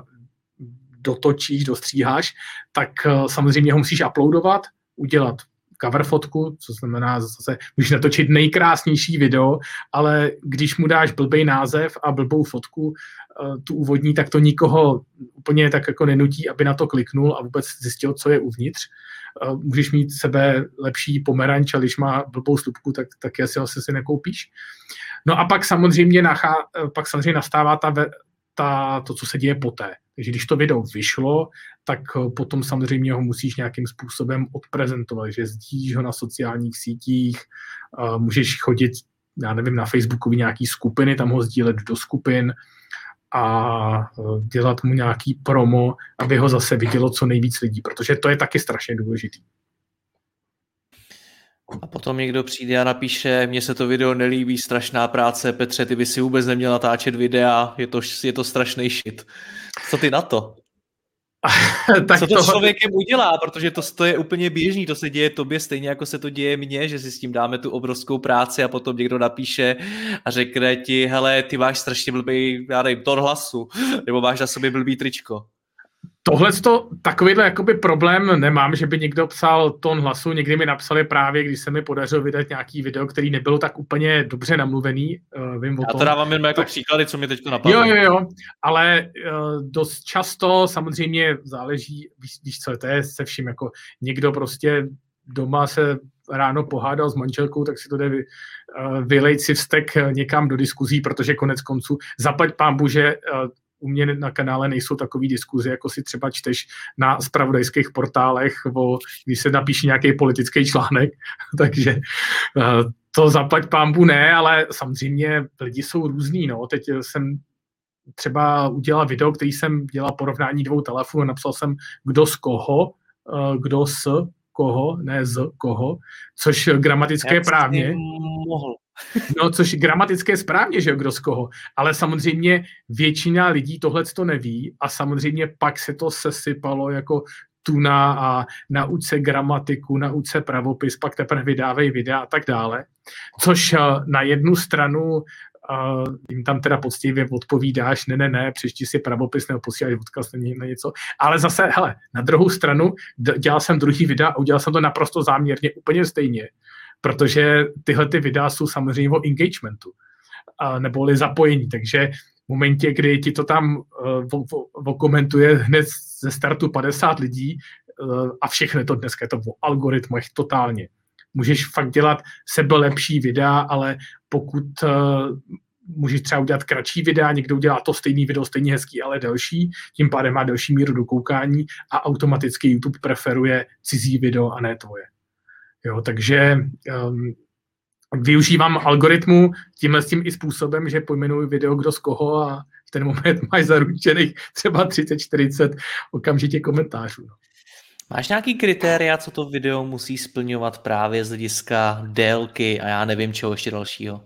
dotočíš, dostříháš, tak samozřejmě ho musíš uploadovat, udělat cover fotku, co znamená zase, můžeš natočit nejkrásnější video, ale když mu dáš blbej název a blbou fotku, tu úvodní, tak to nikoho úplně tak jako nenutí, aby na to kliknul a vůbec zjistil, co je uvnitř. Můžeš mít sebe lepší pomeranč, a když má blbou slupku, tak asi si nekoupíš. No a pak samozřejmě nastává to, co se děje poté. Takže když to video vyšlo, tak potom samozřejmě ho musíš nějakým způsobem odprezentovat, že sdílíš ho na sociálních sítích, můžeš chodit, já nevím, na Facebooku nějaký skupiny, tam ho sdílet do skupin a dělat mu nějaký promo, aby ho zase vidělo co nejvíc lidí, protože to je taky strašně důležitý. A potom někdo přijde a napíše, mně se to video nelíbí, strašná práce, Petře, ty by si vůbec neměl natáčet videa, je to strašný shit. Co ty na to? Co to s člověkem udělá, protože to je úplně běžný, to se děje tobě stejně, jako se to děje mně, že si s tím dáme tu obrovskou práci a potom někdo napíše a řekne ti, hele, ty máš strašně blbý, já nevím, tón hlasu, nebo máš na sobě blbý tričko. Takovýhle jakoby problém nemám, že by někdo psal tón hlasu. Někdy mi napsali právě, když se mi podařilo vydat nějaký video, který nebylo tak úplně dobře namluvený. Vím o tom. Já to dávám jen jako příklady, co mi teď napadlo. Jo, ale dost často samozřejmě záleží, víš co, to je se vším, jako někdo prostě doma se ráno pohádal s manželkou, tak si to jde vylejt si vztek někam do diskuzí, protože konec konců zaplať pánbu, že u mě na kanále nejsou takový diskuze, jako si třeba čteš na zpravodajských portálech, když se napíše nějaký politický článek, takže to zaplať pánbu ne, ale samozřejmě lidi jsou různý, no. Teď jsem třeba udělal video, který jsem dělal porovnání 2 telefonů, napsal jsem kdo z koho, kdo s koho, ne z koho, což gramatické právně. No, což gramatické správně, že kdo z koho, ale samozřejmě většina lidí tohleto neví a samozřejmě pak se to sesypalo jako tuna a nauč se gramatiku, nauč se pravopis, pak teprve vydávají videa a tak dále, což na jednu stranu jim tam teda poctivě odpovídáš, ne, přečti si pravopis nebo posíláš odkaz na něco, ale zase, hele, na druhou stranu dělal jsem druhý videa a udělal jsem to naprosto záměrně, úplně stejně, protože tyhle ty videa jsou samozřejmě o engagementu, neboli zapojení, takže v momentě, kdy ti to tam komentuje hned ze startu 50 lidí a všechno to dneska je to o algoritmech totálně. Můžeš fakt dělat sebelepší videa, ale pokud můžeš třeba udělat kratší videa, někdo udělá to stejný video, stejně hezký, ale delší, tím pádem má delší míru dokoukání a automaticky YouTube preferuje cizí video a ne tvoje. Jo, takže využívám algoritmu tímhle s tím i způsobem, že pojmenuji video kdo z koho a v ten moment máš zaručených třeba 30-40 okamžitě komentářů. No. Máš nějaký kritéria, co to video musí splňovat právě z hlediska délky a já nevím, čeho ještě dalšího?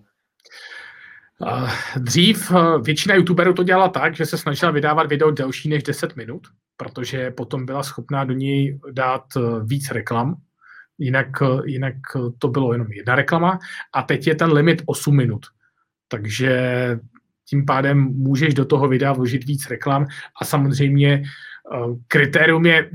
Dřív většina youtuberů to dělala tak, že se snažila vydávat video delší než 10 minut, protože potom byla schopná do něj dát víc reklam. Jinak to bylo jenom jedna reklama a teď je ten limit 8 minut. Takže tím pádem můžeš do toho videa vložit víc reklam a samozřejmě kritérium je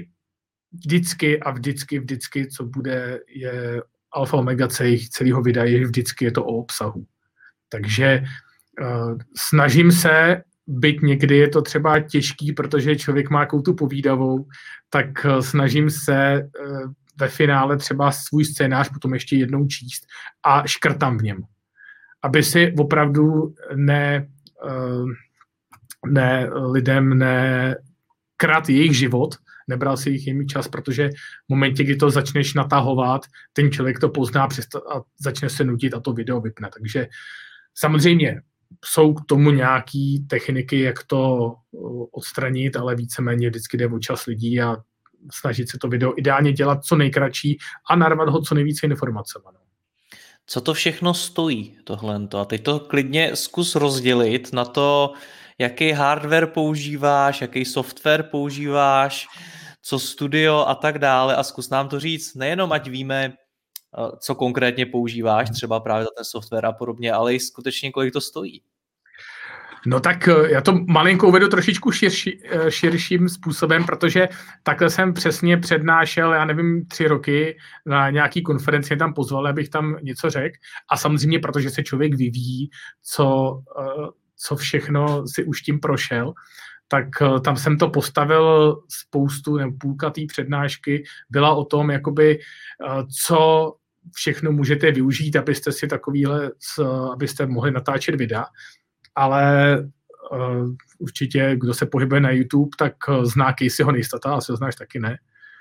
vždycky, co bude, je alfa omega celého videa, vždycky je to o obsahu. Takže snažím se, byť někdy je to třeba těžký, protože člověk má tu povídavou, tak snažím se ve finále třeba svůj scénář potom ještě jednou číst a škrtám v něm. Aby si opravdu lidem nekrat jejich život, nebral si jejich čas, protože v momentě, kdy to začneš natahovat, ten člověk to pozná a začne se nutit a to video vypne. Takže samozřejmě jsou k tomu nějaké techniky, jak to odstranit, ale víceméně vždycky jde o čas lidí a snažit se to video ideálně dělat co nejkratší a narvat ho co nejvíce informacemi. Co to všechno stojí, tohle? A teď to klidně zkus rozdělit na to, jaký hardware používáš, jaký software používáš, co studio a tak dále a zkus nám to říct, nejenom ať víme, co konkrétně používáš, třeba právě za ten software a podobně, ale i skutečně kolik to stojí. No tak já to malinko uvedu trošičku širším způsobem, protože takhle jsem přesně přednášel, já nevím, 3 roky na nějaký konferenci, mě tam pozvali, abych tam něco řekl a samozřejmě, protože se člověk vyvíjí, co všechno si už tím prošel, tak tam jsem to postavil spoustu, nebo půlka té přednášky byla o tom, jakoby, co všechno můžete využít, abyste si abyste mohli natáčet videa. Ale určitě, kdo se pohybuje na YouTube, tak zná Caseyho Neistata, asi ho znáš taky, ne?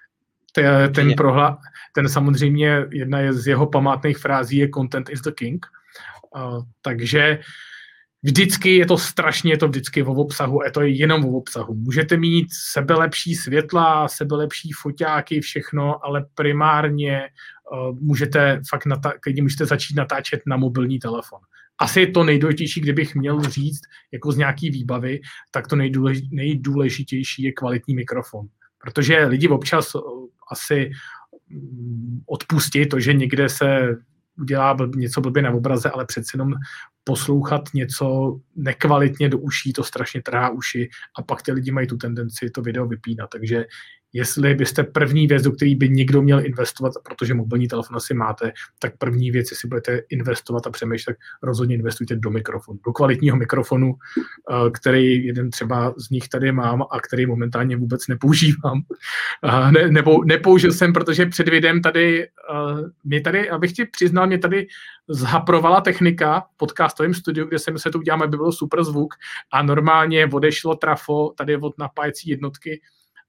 Ten samozřejmě, jedna z jeho památných frází je content is the king. Takže vždycky je to vždycky o obsahu a to je jenom o obsahu. Můžete mít sebelepší světla, sebelepší foťáky, všechno, ale primárně můžete začít natáčet na mobilní telefon. Asi to nejdůležitější, kdybych měl říct jako z nějaký výbavy, tak to nejdůležitější je kvalitní mikrofon. Protože lidi občas asi odpustí to, že někde se udělá něco blbě na obraze, ale přece jenom poslouchat něco nekvalitně do uší, to strašně trhá uši a pak ty lidi mají tu tendenci to video vypínat. Takže jestli byste první věc, do které by někdo měl investovat, protože mobilní telefon asi máte, tak první věc, jestli budete investovat a přemýšlet, tak rozhodně investujte do mikrofonu, do kvalitního mikrofonu, který jeden třeba z nich tady mám a který momentálně vůbec nepoužívám. Nebo nepoužil jsem, protože před videem tady, abych ti přiznal, mě tady zhaprovala technika v podcastovém studiu, kde jsem se to udělal, aby byl super zvuk a normálně odešlo trafo tady od napájecí jednotky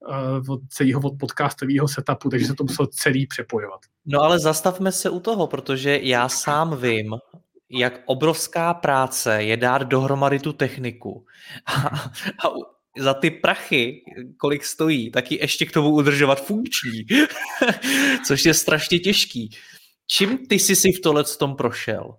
od podcastového setupu, takže se to muselo celý přepojovat. No ale zastavme se u toho, protože já sám vím, jak obrovská práce je dát dohromady tu techniku. A za ty prachy, kolik stojí, tak ji ještě k tomu udržovat funkční. Což je strašně těžký. Čím ty jsi si v tohletom prošel?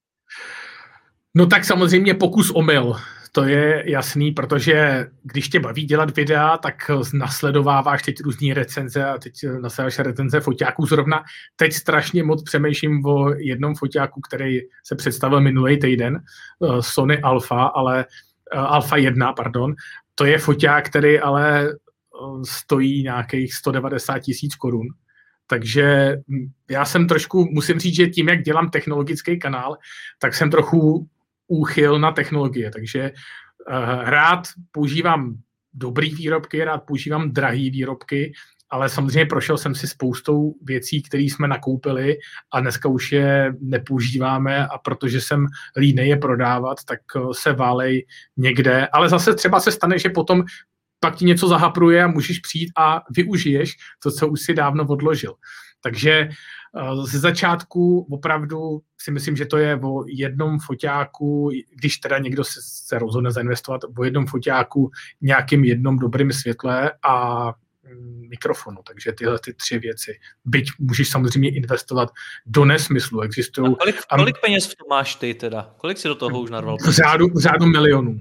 No tak samozřejmě pokus omyl. To je jasný, protože když tě baví dělat videa, tak nasledováváš teď různý recenze a teď nasledováš recenze foťáků. Zrovna teď strašně moc přemýšlím o jednom foťáku, který se představil minulý týden, Sony Alpha 1, pardon. To je foťák, který ale stojí nějakých 190 000 korun. Takže já jsem trošku, musím říct, že tím, jak dělám technologický kanál, tak jsem trochu úchyl na technologie, takže rád používám dobrý výrobky, rád používám drahý výrobky, ale samozřejmě prošel jsem si spoustou věcí, které jsme nakoupili a dneska už je nepoužíváme a protože jsem línej je prodávat, tak se válej někde, ale zase třeba se stane, že potom pak ti něco zahapruje a můžeš přijít a využiješ to, co už si dávno odložil. Takže ze začátku opravdu si myslím, že to je o jednom foťáku, když teda někdo se rozhodne zainvestovat, o jednom foťáku, nějakým jednom dobrým světle a mikrofonu. Takže tyhle ty 3 věci. Byť můžeš samozřejmě investovat do nesmyslu. Existují. Kolik peněz v tom máš ty teda? Kolik si do toho už narval? V řádu milionů.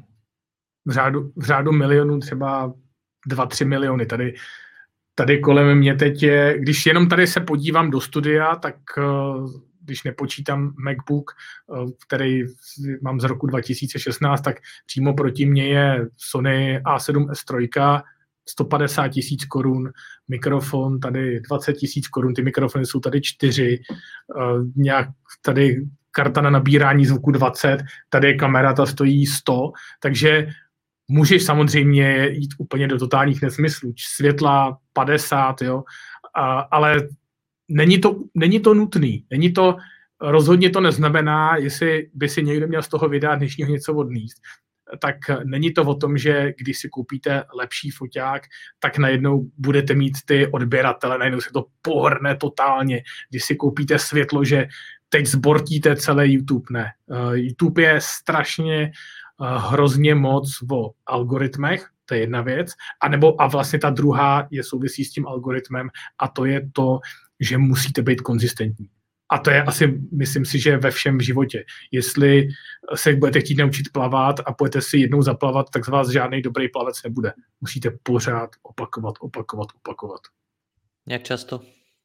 V řádu milionů, třeba 2-3 miliony. Tady kolem mě teď je, když jenom tady se podívám do studia, tak když nepočítám MacBook, který mám z roku 2016, tak přímo proti mně je Sony A7S3, 150 000 korun, mikrofon tady 20 000 korun, ty mikrofony jsou tady 4, nějak tady karta na nabírání zvuku 20, tady je kamera, ta stojí 100, takže můžeš samozřejmě jít úplně do totálních nesmyslů. Světla 50, jo, ale není to nutný. Rozhodně to neznamená, jestli by si někdo měl z toho videa dnešního něco odníst. Tak není to o tom, že když si koupíte lepší foťák, tak najednou budete mít ty odběratele, najednou se to pohrne totálně. Když si koupíte světlo, že teď zbortíte celý YouTube, ne. YouTube je strašně hrozně moc o algoritmech, to je jedna věc, a vlastně ta druhá je souvisí s tím algoritmem a to je to, že musíte být konzistentní. A to je asi, myslím si, že ve všem v životě. Jestli se budete chtít naučit plavat a půjdete si jednou zaplavat, tak z vás žádný dobrý plavec nebude. Musíte pořád opakovat. Jak často?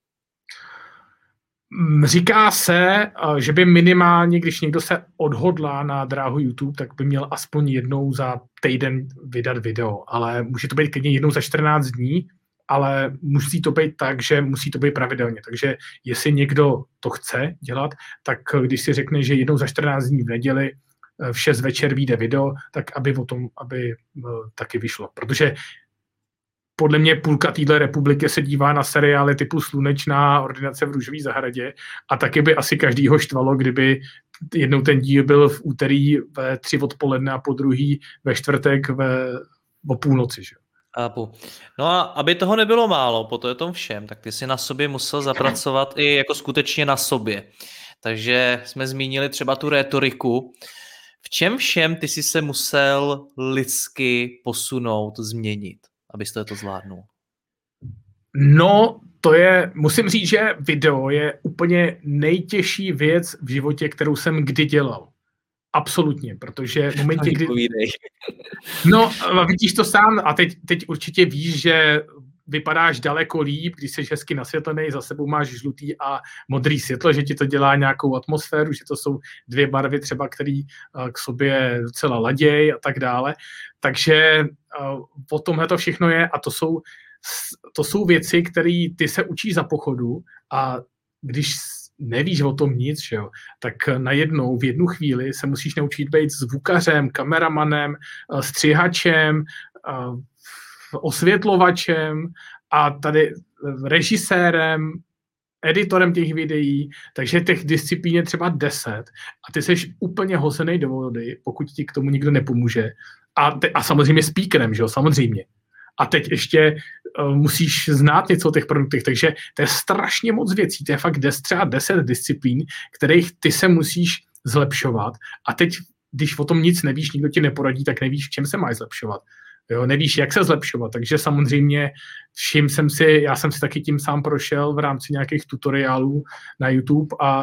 Říká se, že by minimálně, když někdo se odhodlá na dráhu YouTube, tak by měl aspoň jednou za týden vydat video, ale může to být klidně jednou za 14 dní, ale musí to být tak, že musí to být pravidelně. Takže jestli někdo to chce dělat, tak když si řekne, že jednou za 14 dní v neděli v 6 večer vyjde video, tak aby taky vyšlo. Protože podle mě půlka téhle republiky se dívá na seriály typu Slunečná, Ordinace v růžové zahradě a taky by asi každýho štvalo, kdyby jednou ten díl byl v úterý ve 3 odpoledne a po druhý ve čtvrtek o půlnoci. Že? No a aby toho nebylo málo po tom všem, tak ty si na sobě musel zapracovat i jako skutečně na sobě. Takže jsme zmínili třeba tu rétoriku. V čem všem ty si se musel lidsky posunout, změnit, abyste to zvládnul? No, musím říct, že video je úplně nejtěžší věc v životě, kterou jsem kdy dělal. Absolutně, protože v momentě, kdy... No, vidíš to sám a teď určitě víš, že vypadáš daleko líp, když jsi hezky nasvětlený, za sebou máš žlutý a modrý světlo, že ti to dělá nějakou atmosféru, že to jsou dvě barvy třeba, které k sobě docela ladějí a tak dále. Takže o tomhle to všechno je a to jsou věci, které ty se učíš za pochodu a když nevíš o tom nic, že jo, tak najednou v jednu chvíli se musíš naučit být zvukařem, kameramanem, střihačem, osvětlovačem a tady režisérem, editorem těch videí, takže těch disciplín je třeba 10 a ty jsi úplně hozený do vody, pokud ti k tomu nikdo nepomůže. A samozřejmě speakerem, že jo, samozřejmě. A teď ještě musíš znát něco o těch produktech, takže to je strašně moc věcí, to je fakt třeba 10 disciplín, kterých ty se musíš zlepšovat a teď, když o tom nic nevíš, nikdo ti neporadí, tak nevíš, v čem se máš zlepšovat. Jo, nevíš, jak se zlepšovat, takže samozřejmě já jsem si taky tím sám prošel v rámci nějakých tutoriálů na YouTube a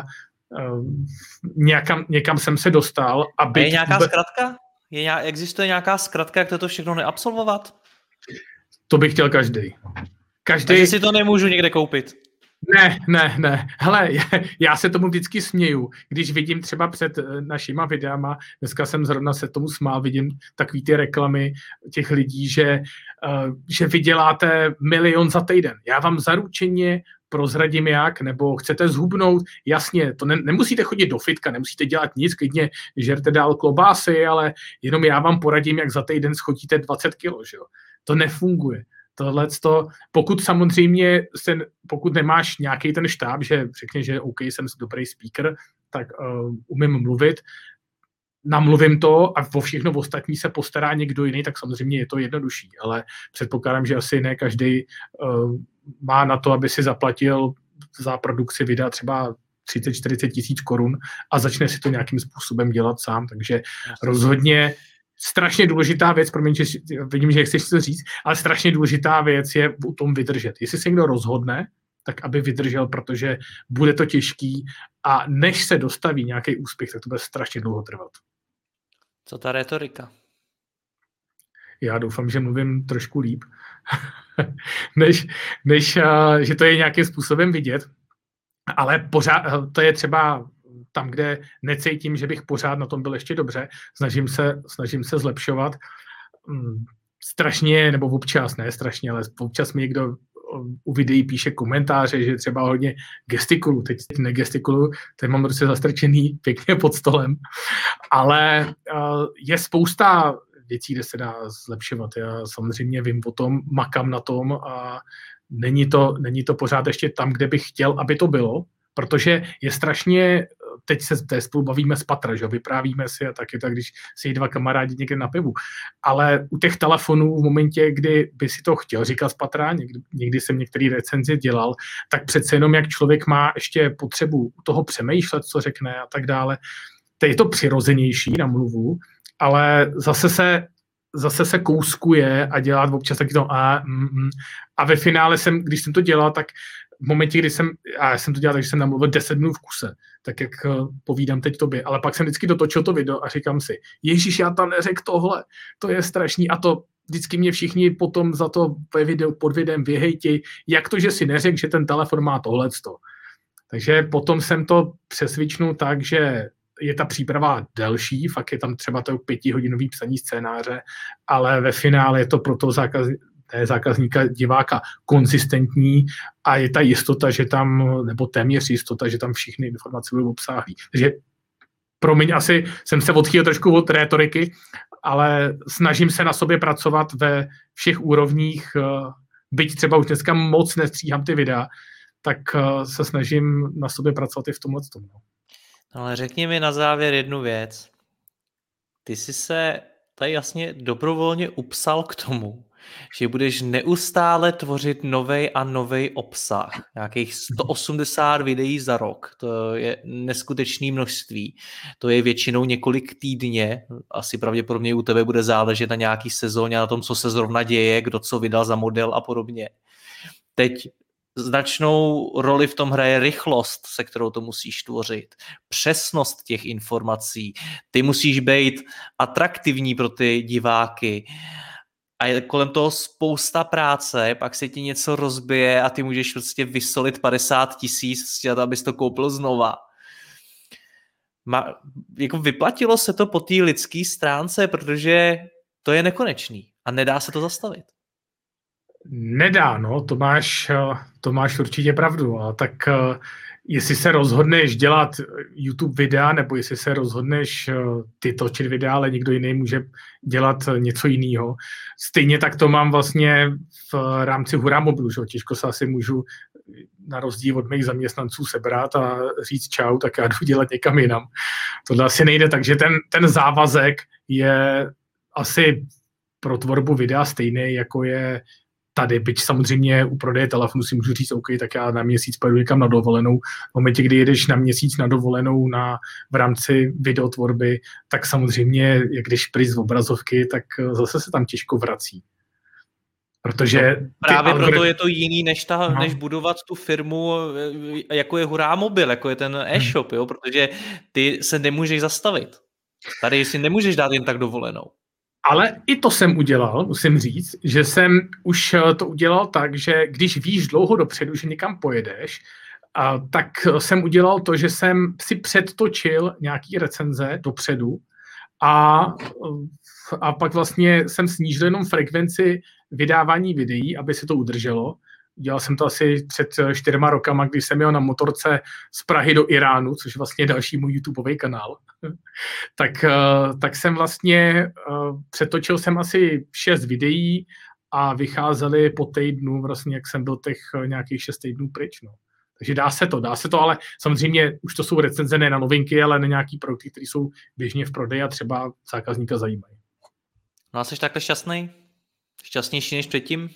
někam jsem se dostal. A je nějaká zkratka? Existuje nějaká zkratka, jak toto všechno neabsolvovat? To by chtěl každý. Takže si to nemůžu někde koupit. Ne. Hele, já se tomu vždycky směju, když vidím třeba před našima videama, dneska jsem zrovna se tomu smál, vidím takový ty reklamy těch lidí, že vyděláte 1 milion za týden. Já vám zaručeně prozradím jak, nebo chcete zhubnout, jasně, to nemusíte chodit do fitka, nemusíte dělat nic, klidně žerte dál klobásy, ale jenom já vám poradím, jak za týden schodíte 20 kilo, že jo. To nefunguje. Tohleto, pokud nemáš nějaký ten štáb, že řekneš, že OK, jsem dobrý speaker, tak umím mluvit, namluvím to a o všechno ostatní se postará někdo jiný, tak samozřejmě je to jednodušší, ale předpokládám, že asi ne každý má na to, aby si zaplatil za produkci videa třeba 30-40 tisíc korun a začne si to nějakým způsobem dělat sám, takže rozhodně strašně důležitá věc, promiň, že vidím, že chceš to říct, ale strašně důležitá věc je u tom vydržet. Jestli se někdo rozhodne, tak aby vydržel, protože bude to těžký a než se dostaví nějaký úspěch, tak to bude strašně dlouho trvat. Co ta retorika? Já doufám, že mluvím trošku líp, než že to je nějakým způsobem vidět, ale pořád to je třeba tam, kde necítím, že bych pořád na tom byl ještě dobře, snažím se zlepšovat. Strašně, nebo občas, ne strašně, ale občas mi někdo u videí píše komentáře, že třeba hodně gestikulu, teď negestikulu, teď mám ruce zastrčený pěkně pod stolem, ale je spousta věcí, kde se dá zlepšovat. Já samozřejmě vím o tom, makám na tom a není to pořád ještě tam, kde bych chtěl, aby to bylo, protože je strašně, teď se spolu bavíme z patra, že vyprávíme si a taky tak, když si dva kamarádi někde na pivu. Ale u těch telefonů v momentě, kdy by si to chtěl říkat z patra, někdy jsem některý recenzi dělal, tak přece jenom jak člověk má ještě potřebu u toho přemýšlet, co řekne a tak dále, to je to přirozenější na mluvu, ale zase se kouskuje a dělat občas taky to a ve finále když jsem to dělal, tak v momentě, kdy jsem to dělal, takže jsem namluvil 10 minut v kuse, tak jak povídám teď tobě, ale pak jsem vždycky dotočil to video a říkám si, ježíš, já tam neřekl tohle, to je strašný a to vždycky mě všichni potom za to pod videem vyhejtějí, jak to, že si neřekl, že ten telefon má tohleto. Takže potom jsem to přesvičnul tak, že je ta příprava delší, fakt je tam třeba to 5hodinový psaní scénáře, ale ve finále je to pro toho zákazníka, diváka konzistentní a je ta jistota, že tam, nebo téměř jistota, že tam všechny informace budou obsáhlý. Takže promiň, asi jsem se odchýlil trošku od rétoriky, ale snažím se na sobě pracovat ve všech úrovních, byť třeba už dneska moc nestříhám ty videa, tak se snažím na sobě pracovat i v tomhle tomu. No ale řekni mi na závěr jednu věc. Ty jsi se tady jasně dobrovolně upsal k tomu, že budeš neustále tvořit novej a novej obsah. Nějakých 180 videí za rok. To je neskutečné množství. To je většinou několik týdně. Asi pravděpodobně u tebe bude záležet na nějaký sezóně, na tom, co se zrovna děje, kdo co vydal za model a podobně. Teď značnou roli v tom hraje rychlost, se kterou to musíš tvořit. Přesnost těch informací. Ty musíš být atraktivní pro ty diváky. a je kolem toho spousta práce, pak se ti něco rozbije a ty můžeš prostě vysolit 50 000, abys to koupil znova. Jako vyplatilo se to po té lidské stránce, protože to je nekonečný a nedá se to zastavit. Nedá, no, to máš určitě pravdu. A tak jestli se rozhodneš dělat YouTube videa, nebo jestli se rozhodneš ty točit videa, ale někdo jiný může dělat něco jiného. Stejně tak to mám vlastně v rámci Hurá mobilu, že? Těžko se asi můžu na rozdíl od mých zaměstnanců sebrat a říct čau, tak já jdu dělat někam jinam. Tohle asi nejde, takže ten závazek je asi pro tvorbu videa stejný, jako je tady, byť samozřejmě u prodeje telefonu si můžu říct, OK, tak já na měsíc pojedu někam na dovolenou. V momentě, kdy jedeš na měsíc na dovolenou v rámci videotvorby, tak samozřejmě, jak když pryč z obrazovky, tak zase se tam těžko vrací. Protože právě proto je to jiný, než budovat tu firmu, jako je Hurá mobil, jako je ten e-shop, jo? Protože ty se nemůžeš zastavit. Tady si nemůžeš dát jen tak dovolenou. Ale i to jsem udělal, musím říct, že jsem už to udělal tak, že když víš dlouho dopředu, že někam pojedeš, tak jsem udělal to, že jsem si předtočil nějaký recenze dopředu a pak vlastně jsem snížil jenom frekvenci vydávání videí, aby se to udrželo. Dělal jsem to asi před 4 rokama, když jsem jel na motorce z Prahy do Iránu, což vlastně je další můj YouTubeový kanál. tak jsem vlastně přetočil jsem asi 6 videí a vycházely po týdnu, vlastně jak jsem byl těch nějakých 6 týdnů pryč. No. Takže dá se to, ale samozřejmě už to jsou recenze ne na novinky, ale na nějaký produkty, které jsou běžně v prodeji a třeba zákazníka zajímají. No a jsi takhle šťastný? Šťastnější než předtím?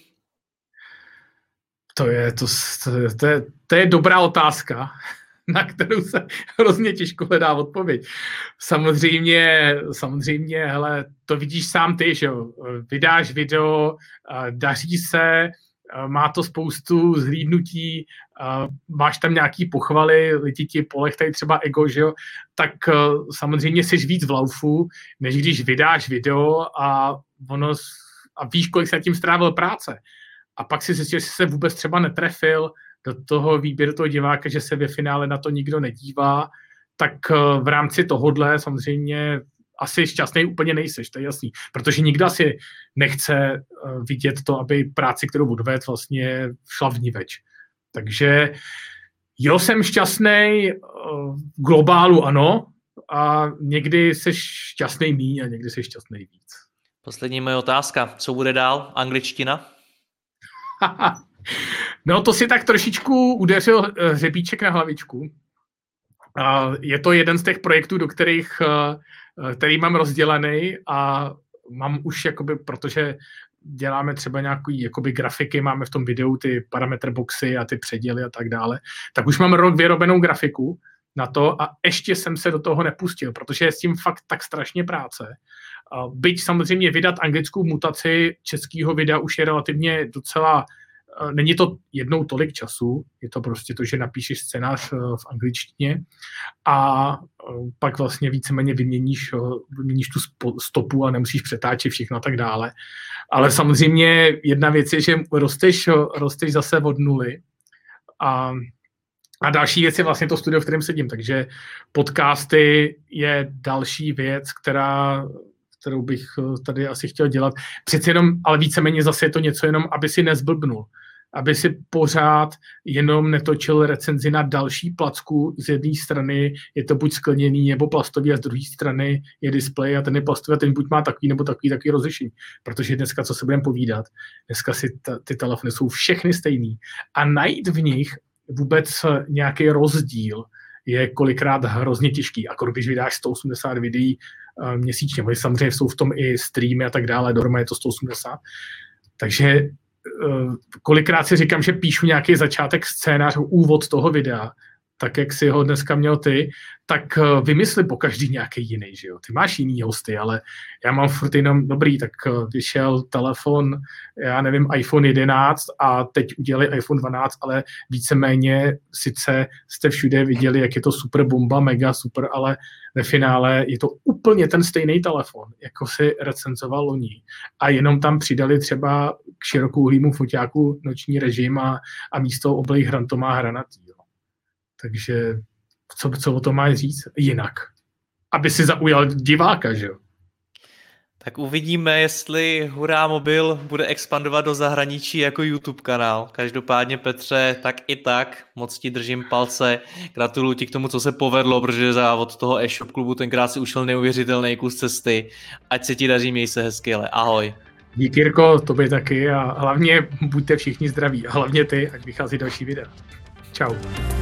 To je dobrá otázka, na kterou se hrozně těžko hledá odpověď. Samozřejmě, hele, to vidíš sám ty, že jo, vydáš video, daří se, má to spoustu zhlídnutí, máš tam nějaký pochvaly, lidi ti polechtají třeba ego, že jo, tak samozřejmě jsi víc v laufu, než když vydáš video a víš, kolik se tím strávil práce. A pak si zjistil, že se vůbec třeba netrefil do toho výběru toho diváka, že se ve finále na to nikdo nedívá, tak v rámci tohodle samozřejmě asi šťastný úplně nejseš, to je jasný. Protože nikdo asi nechce vidět to, aby práci, kterou odvedl, vlastně šla vniveč. Takže jo, jsem šťastný, v globálu ano, a někdy jsi šťastný míň a někdy jsi šťastný víc. Poslední moje otázka. Co bude dál? Angličtina? No to si tak trošičku udeřil hřebíček na hlavičku. Je to jeden z těch projektů, který mám rozdělený a mám už, jakoby, protože děláme třeba nějaký jakoby grafiky, máme v tom videu ty parametr boxy a ty předěly a tak dále, tak už mám rok vyrobenou grafiku na to a ještě jsem se do toho nepustil, protože je s tím fakt tak strašně práce. Byť samozřejmě vydat anglickou mutaci českého videa už je relativně docela, není to jednou tolik času, je to prostě to, že napíšeš scénář v angličtině a pak vlastně víceméně vyměníš tu stopu a nemusíš přetáčet všechno a tak dále. Ale samozřejmě jedna věc je, že rosteš zase od nuly a další věc je vlastně to studio, v kterém sedím, takže podcasty je další věc, kterou bych tady asi chtěl dělat. Přeci jenom, ale víceméně zase je to něco jenom, aby si nezblbnul. Aby si pořád jenom netočil recenzi na další placku. Z jedné strany je to buď skleněný nebo plastový a z druhé strany je displej a ten je plastový a ten buď má takový nebo takový rozlišení. Protože dneska, co se budeme povídat, dneska si ty telefony jsou všechny stejný a najít v nich vůbec nějaký rozdíl je kolikrát hrozně těžký. A když vydáš 180 videí měsíčně, samozřejmě jsou v tom i streamy a tak dále, dohromady je to 180. Takže kolikrát si říkám, že píšu nějaký začátek scénář, úvod toho videa, tak jak si ho dneska měl ty, tak vymysli po každý nějaký jiný, že jo. Ty máš jiný hosty, ale já mám furt jenom dobrý, tak vyšel telefon, já nevím, iPhone 11 a teď udělali iPhone 12, ale víceméně sice jste všude viděli, jak je to super bomba, mega super, ale ve finále je to úplně ten stejný telefon, jako si recenzoval loni. A jenom tam přidali třeba k širokouhlýmu foťáku noční režim a místo oblejch hran to má hranatý. Jo. Takže co o tom máš říct jinak? Aby si zaujal diváka, že jo? Tak uvidíme, jestli Hurá Mobil bude expandovat do zahraničí jako YouTube kanál. Každopádně, Petře, tak i tak, moc ti držím palce. Gratuluju ti k tomu, co se povedlo, protože od toho e-shop klubu tenkrát si ušel neuvěřitelný kus cesty. Ať se ti daří, měj se hezky, ale ahoj. Díky, Jirko, tobě taky a hlavně buďte všichni zdraví. A hlavně ty, ať vychází další videa. Čau.